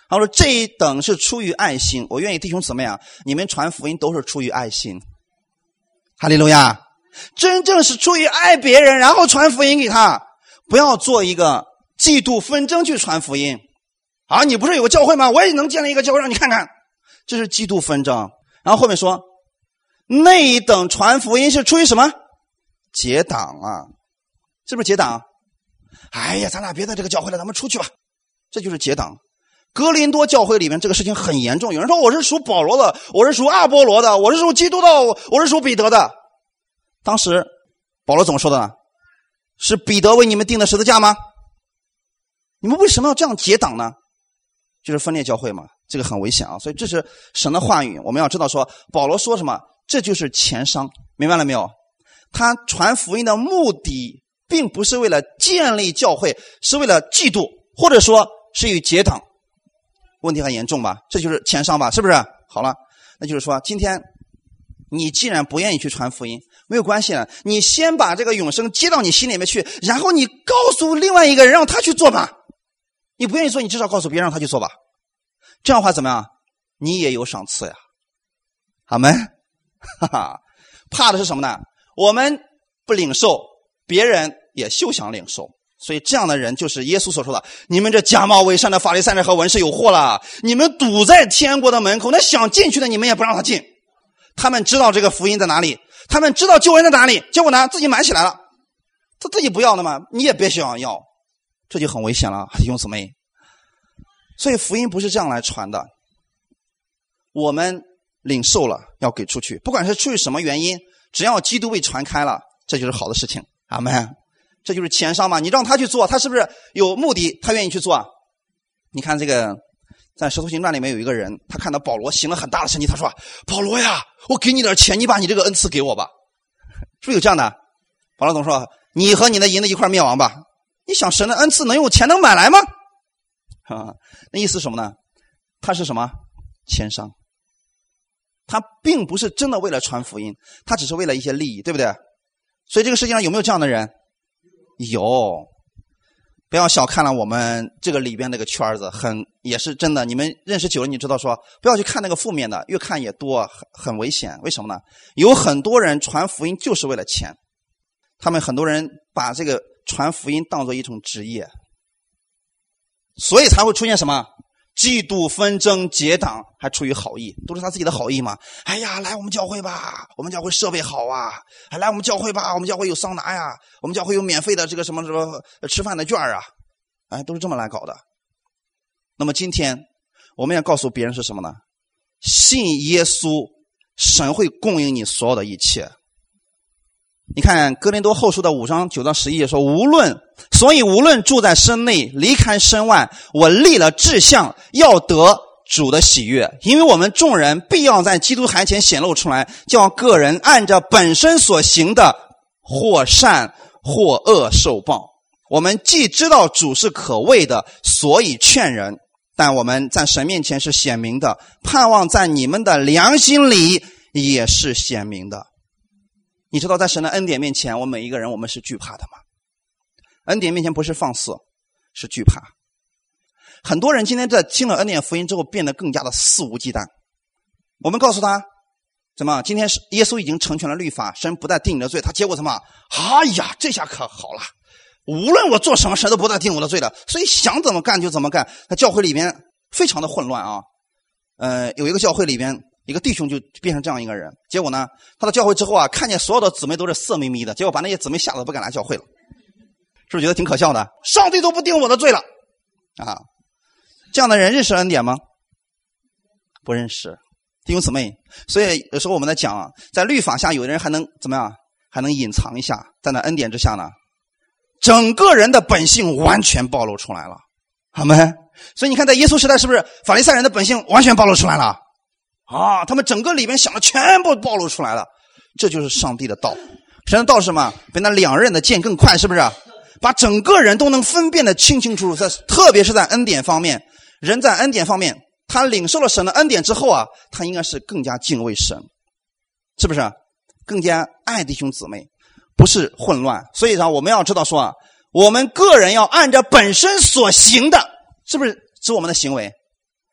A: 他说这一等是出于爱心，我愿意弟兄姊妹啊，你们传福音都是出于爱心。哈利路亚！真正是出于爱别人，然后传福音给他，不要做一个嫉妒纷争去传福音。啊，你不是有个教会吗？我也能建立一个教会让你看看，这是嫉妒纷争。然后后面说那一等传福音是出于什么？结党啊，是不是结党？哎呀，咱俩别在这个教会了，咱们出去吧，这就是结党。哥林多教会里面这个事情很严重，有人说我是属保罗的，我是属阿波罗的，我是属基督的，我是属彼得的。当时保罗怎么说的呢？是彼得为你们钉的十字架吗？你们为什么要这样结党呢？就是分裂教会嘛，这个很危险啊！所以这是神的话语，我们要知道说保罗说什么，这就是钱商，明白了没有？他传福音的目的并不是为了建立教会，是为了嫉妒，或者说是与结党。问题很严重吧？这就是钱商吧？是不是？好了，那就是说今天你既然不愿意去传福音，没有关系了，你先把这个永生接到你心里面去，然后你告诉另外一个人让他去做吧。你不愿意做，你至少告诉别人让他去做吧。这样的话怎么样？你也有赏赐呀。阿们。哈哈，怕的是什么呢？我们不领受，别人也休想领受。所以这样的人就是耶稣所说的，你们这假冒伪善的法利赛人和文士有祸了，你们堵在天国的门口，那想进去的你们也不让他进。他们知道这个福音在哪里，他们知道救恩在哪里，结果呢自己买起来了，他自己不要的嘛，你也别想要，这就很危险了，弟兄姊妹。所以福音不是这样来传的，我们领受了要给出去，不管是出于什么原因，只要基督被传开了，这就是好的事情。阿们。这就是钱商嘛，你让他去做，他是不是有目的，他愿意去做啊？你看这个在使徒行传里面有一个人，他看到保罗行了很大的神迹，他说保罗呀，我给你点钱，你把你这个恩赐给我吧。是不是有这样的？保罗总说你和你的银子一块灭亡吧。你想神的恩赐能用钱能买来吗？啊，那意思是什么呢？他是什么？钱商。他并不是真的为了传福音，他只是为了一些利益，对不对？所以这个世界上有没有这样的人？有。不要小看了我们这个里边那个圈子，很也是真的，你们认识久了你知道说不要去看那个负面的，越看越多，很很危险。为什么呢？有很多人传福音就是为了钱，他们很多人把这个传福音当作一种职业，所以才会出现什么嫉妒纷争结党，还出于好意，都是他自己的好意嘛。哎呀，来我们教会吧，我们教会设备好啊，还来我们教会吧，我们教会有桑拿呀，我们教会有免费的这个什么什么吃饭的券啊，哎，都是这么来搞的。那么今天我们要告诉别人是什么呢？信耶稣，神会供应你所有的一切。你看哥林多后书的五章九到十一节说，无论所以无论住在身内离开身外，我立了志向，要得主的喜悦，因为我们众人必要在基督台前显露出来，叫个人按着本身所行的或善或恶受报。我们既知道主是可畏的，所以劝人，但我们在神面前是显明的，盼望在你们的良心里也是显明的。你知道在神的恩典面前，我们每一个人我们是惧怕的吗？恩典面前不是放肆，是惧怕。很多人今天在听了恩典福音之后变得更加的肆无忌惮。我们告诉他怎么今天是耶稣已经成全了律法，神不再定你的罪，他结果怎么哎呀这下可好了，无论我做什么神都不再定我的罪了，所以想怎么干就怎么干。在教会里面非常的混乱啊。呃，有一个教会里边一个弟兄就变成这样一个人，结果呢他到教会之后啊，看见所有的姊妹都是色眯眯的，结果把那些姊妹吓得不敢来教会了。是不是觉得挺可笑的？上帝都不定我的罪了啊！这样的人认识恩典吗？不认识。弟兄姊妹，所以有时候我们在讲啊，在律法下有的人还能怎么样？还能隐藏一下，在那恩典之下呢，整个人的本性完全暴露出来了。阿们。所以你看在耶稣时代是不是法利赛人的本性完全暴露出来了啊？他们整个里面想的全部暴露出来了。这就是上帝的道。神的道是什么？比那两刃的剑更快，是不是？把整个人都能分辨得清清楚楚，在特别是在恩典方面，人在恩典方面，他领受了神的恩典之后啊，他应该是更加敬畏神，是不是？更加爱弟兄姊妹，不是混乱。所以呢，我们要知道说啊，我们个人要按照本身所行的，是不是指我们的行为？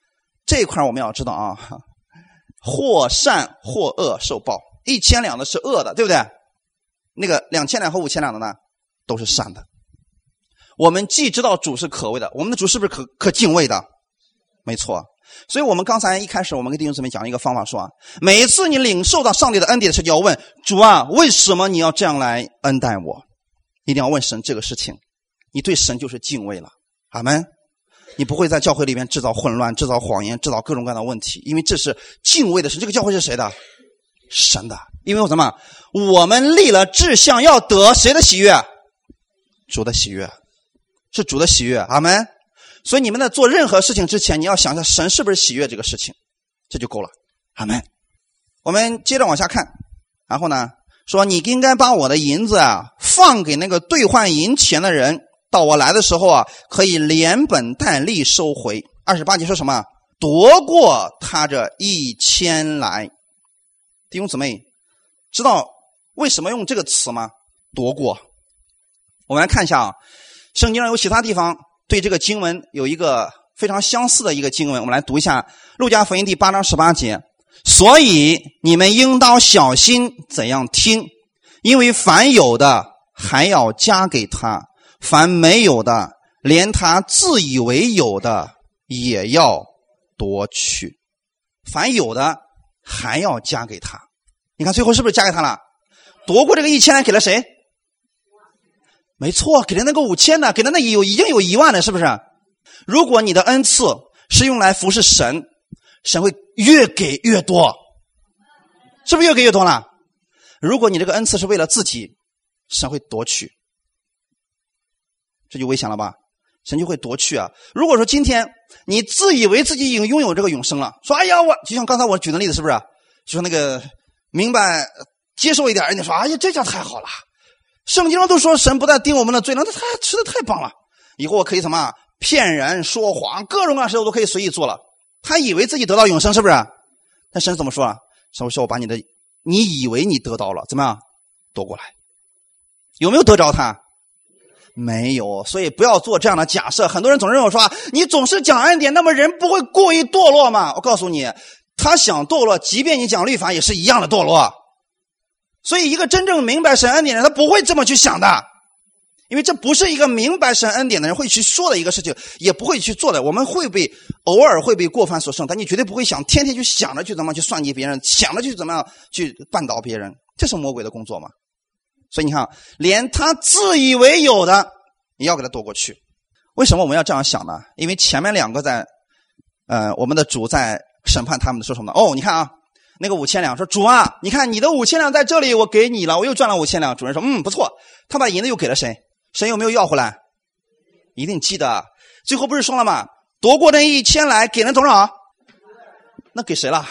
A: 这一块我们要知道啊，或善或恶受报。一千两的是恶的，对不对？那个两千两和五千两的呢，都是善的。我们既知道主是可畏的，我们的主是不是可可敬畏的？没错。所以我们刚才一开始我们跟弟兄姊妹讲一个方法，说啊，每一次你领受到上帝的恩典的时候，就要问主啊，为什么你要这样来恩待我？一定要问神这个事情，你对神就是敬畏了。阿们。你不会在教会里面制造混乱，制造谎言，制造各种各样的问题，因为这是敬畏的神。这个教会是谁的？神的。因为什么？我们立了志向，要得谁的喜悦？主的喜悦，是主的喜悦。阿们。所以你们在做任何事情之前，你要想一下神是不是喜悦这个事情，这就够了。阿们。我们接着往下看，然后呢，说你应该把我的银子啊放给那个兑换银钱的人，到我来的时候啊，可以连本带利收回。二十八节说什么？夺过他这一千来。弟兄姊妹，知道为什么用这个词吗？夺过。我们来看一下啊，圣经上有其他地方对这个经文有一个非常相似的一个经文，我们来读一下路加福音第八章十八节。所以你们应当小心怎样听，因为凡有的还要加给他，凡没有的连他自以为有的也要夺去。凡有的还要加给他，你看最后是不是加给他了？夺过这个一千来给了谁？没错，给了那个五千的，给了那有已经有一万的，是不是？如果你的恩赐是用来服侍神，神会越给越多，是不是越给越多了？如果你这个恩赐是为了自己，神会夺去，这就危险了吧？神就会夺去啊！如果说今天你自以为自己已经拥有这个永生了，说哎呀我，就像刚才我举的例子，是不是？就说那个明白接受一点，人家说哎呀这下太好了，圣经上都说神不但定我们的罪了，那他吃的太棒了，以后我可以什么骗人说谎，各种各样的事我都可以随意做了。他以为自己得到永生，是不是？但神怎么说啊？神说我把你的你以为你得到了怎么样夺过来，有没有得着他？没有。所以不要做这样的假设。很多人总认为说你总是讲恩典，那么人不会故意堕落吗？我告诉你，他想堕落，即便你讲律法也是一样的堕落。所以一个真正明白神恩典的人，他不会这么去想的，因为这不是一个明白神恩典的人会去说的一个事情，也不会去做的。我们会被偶尔会被过犯所胜，但你绝对不会想天天去想着去怎么去算计别人，想着去怎么样去绊倒别人，这是魔鬼的工作嘛。所以你看，连他自以为有的也要给他夺过去。为什么我们要这样想呢？因为前面两个在呃我们的主在审判他们的说什么呢？哦，你看啊，那个五千两说主啊，你看你的五千两在这里，我给你了，我又赚了五千两。主人说嗯不错，他把银子又给了谁？神有没有要回来？一定记得。最后不是说了吗？夺过那一千来给了多少？那给谁了？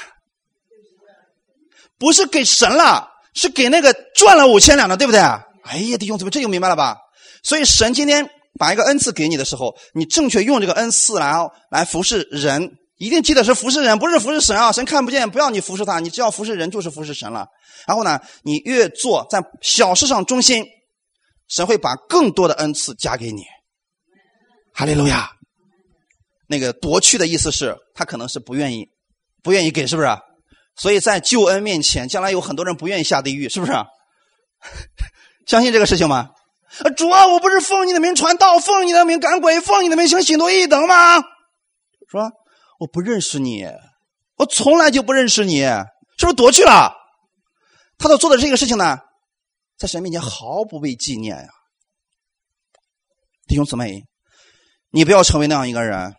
A: 不是给神了，是给那个赚了五千两的，对不对？哎呀，弟兄姊妹，这就明白了吧？所以神今天把一个恩赐给你的时候，你正确用这个恩赐来来服侍人，一定记得是服侍人，不是服侍神啊！神看不见，不要你服侍他，你只要服侍人就是服侍神了。然后呢，你越做在小事上忠心，神会把更多的恩赐加给你。哈利路亚。那个夺去的意思是他可能是不愿意不愿意给，是不是？所以在救恩面前，将来有很多人不愿意下地狱，是不是？相信这个事情吗？主啊，我不是奉你的名传道，奉你的名赶鬼，奉你的名行许多异能吗？说我不认识你，我从来就不认识你，是不是夺去了？他所做的这个事情呢，在神面前毫不被纪念呀。弟兄姊妹，你不要成为那样一个人。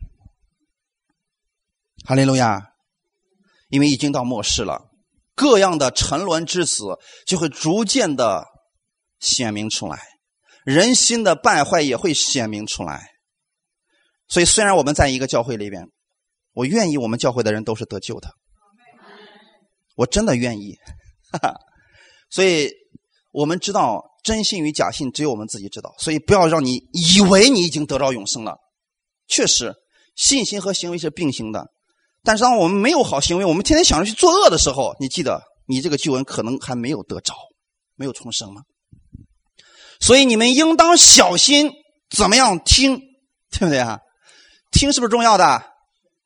A: 哈利路亚。因为已经到末世了，各样的沉沦之子就会逐渐的显明出来，人心的败坏也会显明出来。所以虽然我们在一个教会里边，我愿意我们教会的人都是得救的，我真的愿意。哈哈。所以我们知道真信与假信只有我们自己知道，所以不要让你以为你已经得着永生了。确实信心和行为是并行的，但是当我们没有好行为，我们天天想着去作恶的时候，你记得你这个救恩可能还没有得着，没有重生了。所以你们应当小心怎么样听，对不对啊？听是不是重要的？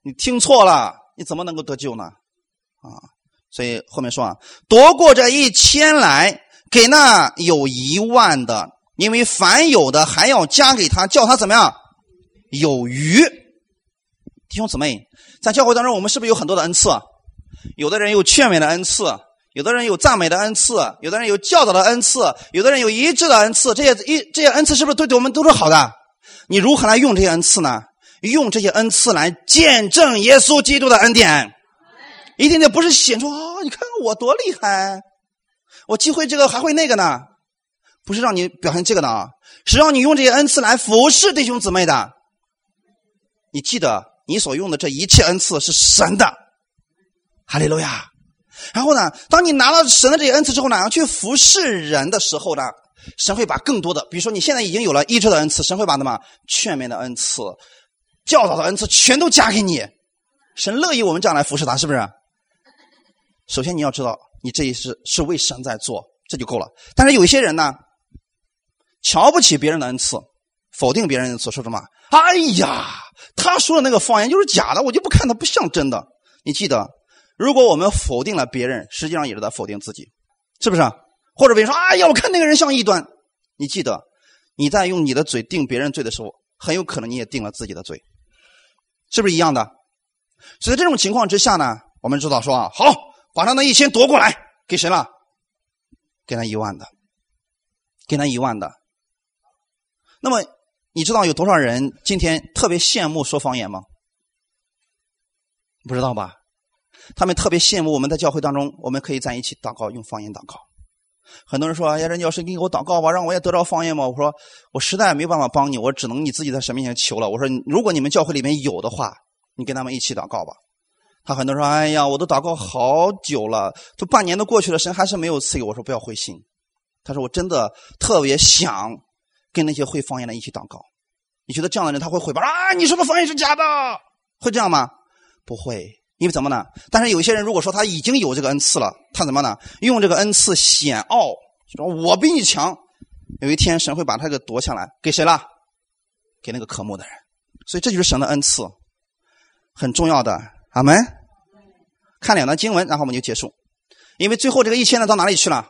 A: 你听错了，你怎么能够得救呢？啊，所以后面说啊，夺过这一千来，给那有一万的，因为凡有的还要加给他，叫他怎么样？有余。弟兄姊妹，在教会当中，我们是不是有很多的恩赐？有的人有劝勉的恩赐，有的人有赞美的恩赐，有的人有教导的恩赐，有的人有医治的恩赐，这些一这些恩赐是不是对我们都是好的？你如何来用这些恩赐呢？用这些恩赐来见证耶稣基督的恩典，一定的不是显出哦，你看我多厉害，我既会这个还会那个呢，不是让你表现这个的啊，是让你用这些恩赐来服侍弟兄姊妹的。你记得你所用的这一切恩赐是神的，哈利路亚。然后呢，当你拿到神的这些恩赐之后呢，要去服侍人的时候呢，神会把更多的，比如说你现在已经有了医治的恩赐，神会把什么劝勉的恩赐、教导的恩赐全都加给你。神乐意我们这样来服侍他，是不是？首先你要知道你这一事是为神在做，这就够了。但是有一些人呢，瞧不起别人的恩赐，否定别人的恩赐，说什么哎呀他说的那个方言就是假的，我就不看他不像真的。你记得，如果我们否定了别人，实际上也是在否定自己，是不是？或者别人说哎呀我看那个人像异端，你记得你在用你的嘴定别人罪的时候，很有可能你也定了自己的罪，是不是一样的？所以在这种情况之下呢，我们知道说啊，好，把他那一千夺过来，给谁了？给他一万的，给他一万的。那么你知道有多少人今天特别羡慕说方言吗？不知道吧？他们特别羡慕我们在教会当中，我们可以在一起祷告，用方言祷告。很多人说哎呀，人教师给我祷告吧，让我也得着方言吗？我说我实在没办法帮你，我只能你自己在神面前求了。我说如果你们教会里面有的话，你跟他们一起祷告吧。他很多人说哎呀我都祷告好久了，都半年都过去了，神还是没有赐给我。说不要灰心，他说我真的特别想跟那些会方言的一起祷告。你觉得这样的人他会毁谤啊？你说的方言是假的，会这样吗？不会。因为怎么呢？但是有一些人如果说他已经有这个恩赐了，他怎么呢？用这个恩赐显傲，说我比你强。有一天神会把他这个夺下来，给谁了？给那个渴慕的人。所以这就是神的恩赐，很重要的。阿们。看两段经文，然后我们就结束。因为最后这个一千呢到哪里去了？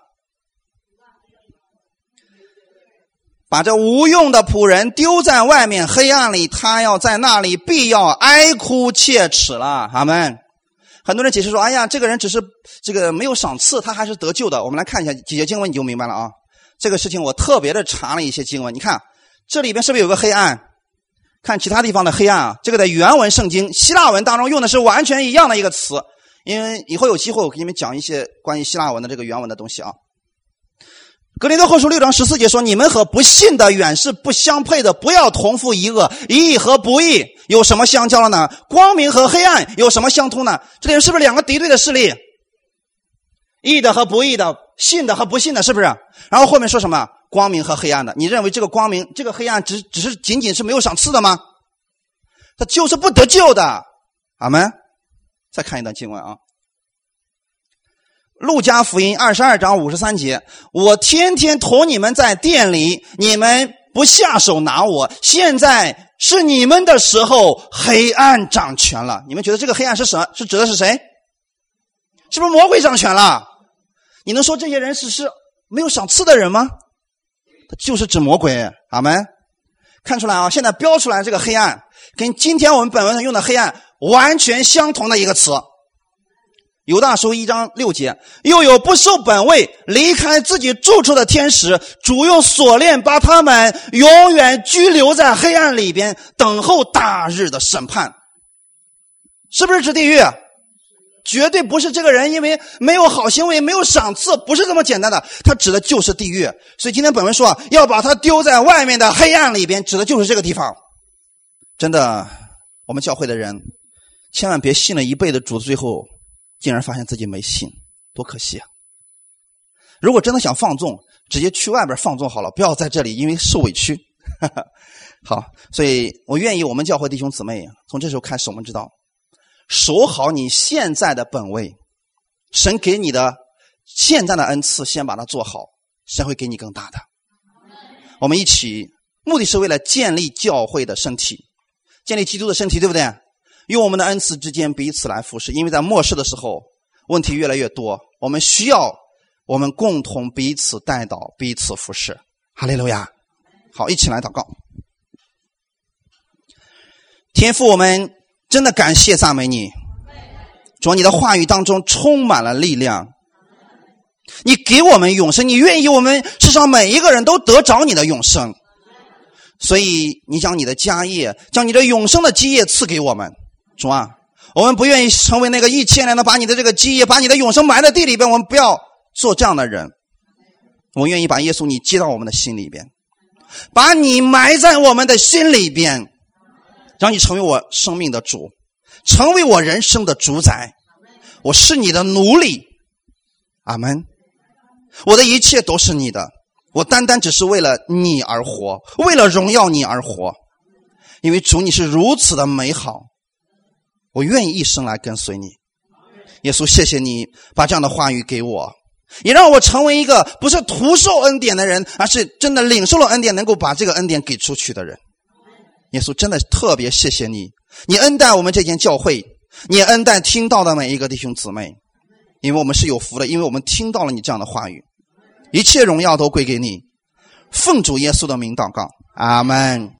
A: 把这无用的仆人丢在外面黑暗里，他要在那里必要哀哭切齿了。阿们。很多人解释说哎呀这个人只是这个没有赏赐，他还是得救的。我们来看一下几节经文你就明白了啊。这个事情我特别的查了一些经文，你看这里边是不是有个黑暗？看其他地方的黑暗啊，这个在原文圣经希腊文当中用的是完全一样的一个词。因为以后有机会我给你们讲一些关于希腊文的这个原文的东西啊。格林多后书六章十四节说，你们和不信的原是不相配的，不要同负一恶。义和不义有什么相交了呢？光明和黑暗有什么相通呢？这里是不是两个敌对的势力？义的和不义的，信的和不信的，是不是？然后后面说什么？光明和黑暗的。你认为这个光明这个黑暗只只是仅仅是没有赏赐的吗？他就是不得救的。阿们。再看一段经文啊，路加福音二十二章五十三节，我天天同你们在店里，你们不下手拿我，现在是你们的时候，黑暗掌权了。你们觉得这个黑暗是什么？是指的是谁？是不是魔鬼掌权了？你能说这些人是是没有赏赐的人吗？他就是指魔鬼。阿们。看出来啊，现在标出来这个黑暗跟今天我们本文上用的黑暗完全相同的一个词。犹大书一章六节，又有不受本位离开自己住处的天使，主用锁链把他们永远拘留在黑暗里边，等候大日的审判。是不是指地狱？绝对不是这个人因为没有好行为没有赏赐，不是这么简单的，他指的就是地狱。所以今天本文说啊，要把他丢在外面的黑暗里边，指的就是这个地方。真的，我们教会的人千万别信了一辈子主，最后竟然发现自己没信，多可惜啊！如果真的想放纵，直接去外边放纵好了，不要在这里因为受委屈。好，所以我愿意我们教会弟兄姊妹从这时候开始，我们知道守好你现在的本位，神给你的现在的恩赐先把它做好，神会给你更大的。我们一起，目的是为了建立教会的身体，建立基督的身体，对不对？ 用我们的恩赐之间彼此来服侍，因为在末世的时候问题越来越多，我们需要我们共同彼此代祷，彼此服侍。哈利路亚！好，一起来祷告。天父，我们真的感谢赞美你，主，你的话语当中充满了力量，你给我们永生，你愿意我们世上每一个人都得着你的永生，所以你将你的家业，将你的永生的基业赐给我们。主啊，我们不愿意成为那个一千年的把你的这个基业，把你的永生埋在地里边，我们不要做这样的人。我愿意把耶稣你接到我们的心里边，把你埋在我们的心里边，让你成为我生命的主，成为我人生的主宰。我是你的奴隶。阿们。我的一切都是你的，我单单只是为了你而活，为了荣耀你而活。因为主你是如此的美好，我愿意一生来跟随你。耶稣，谢谢你把这样的话语给我，也让我成为一个不是徒受恩典的人，而是真的领受了恩典，能够把这个恩典给出去的人。耶稣，真的特别谢谢你，你恩待我们这间教会，你恩待听到的每一个弟兄姊妹，因为我们是有福的，因为我们听到了你这样的话语。一切荣耀都归给你，奉主耶稣的名祷告，阿们。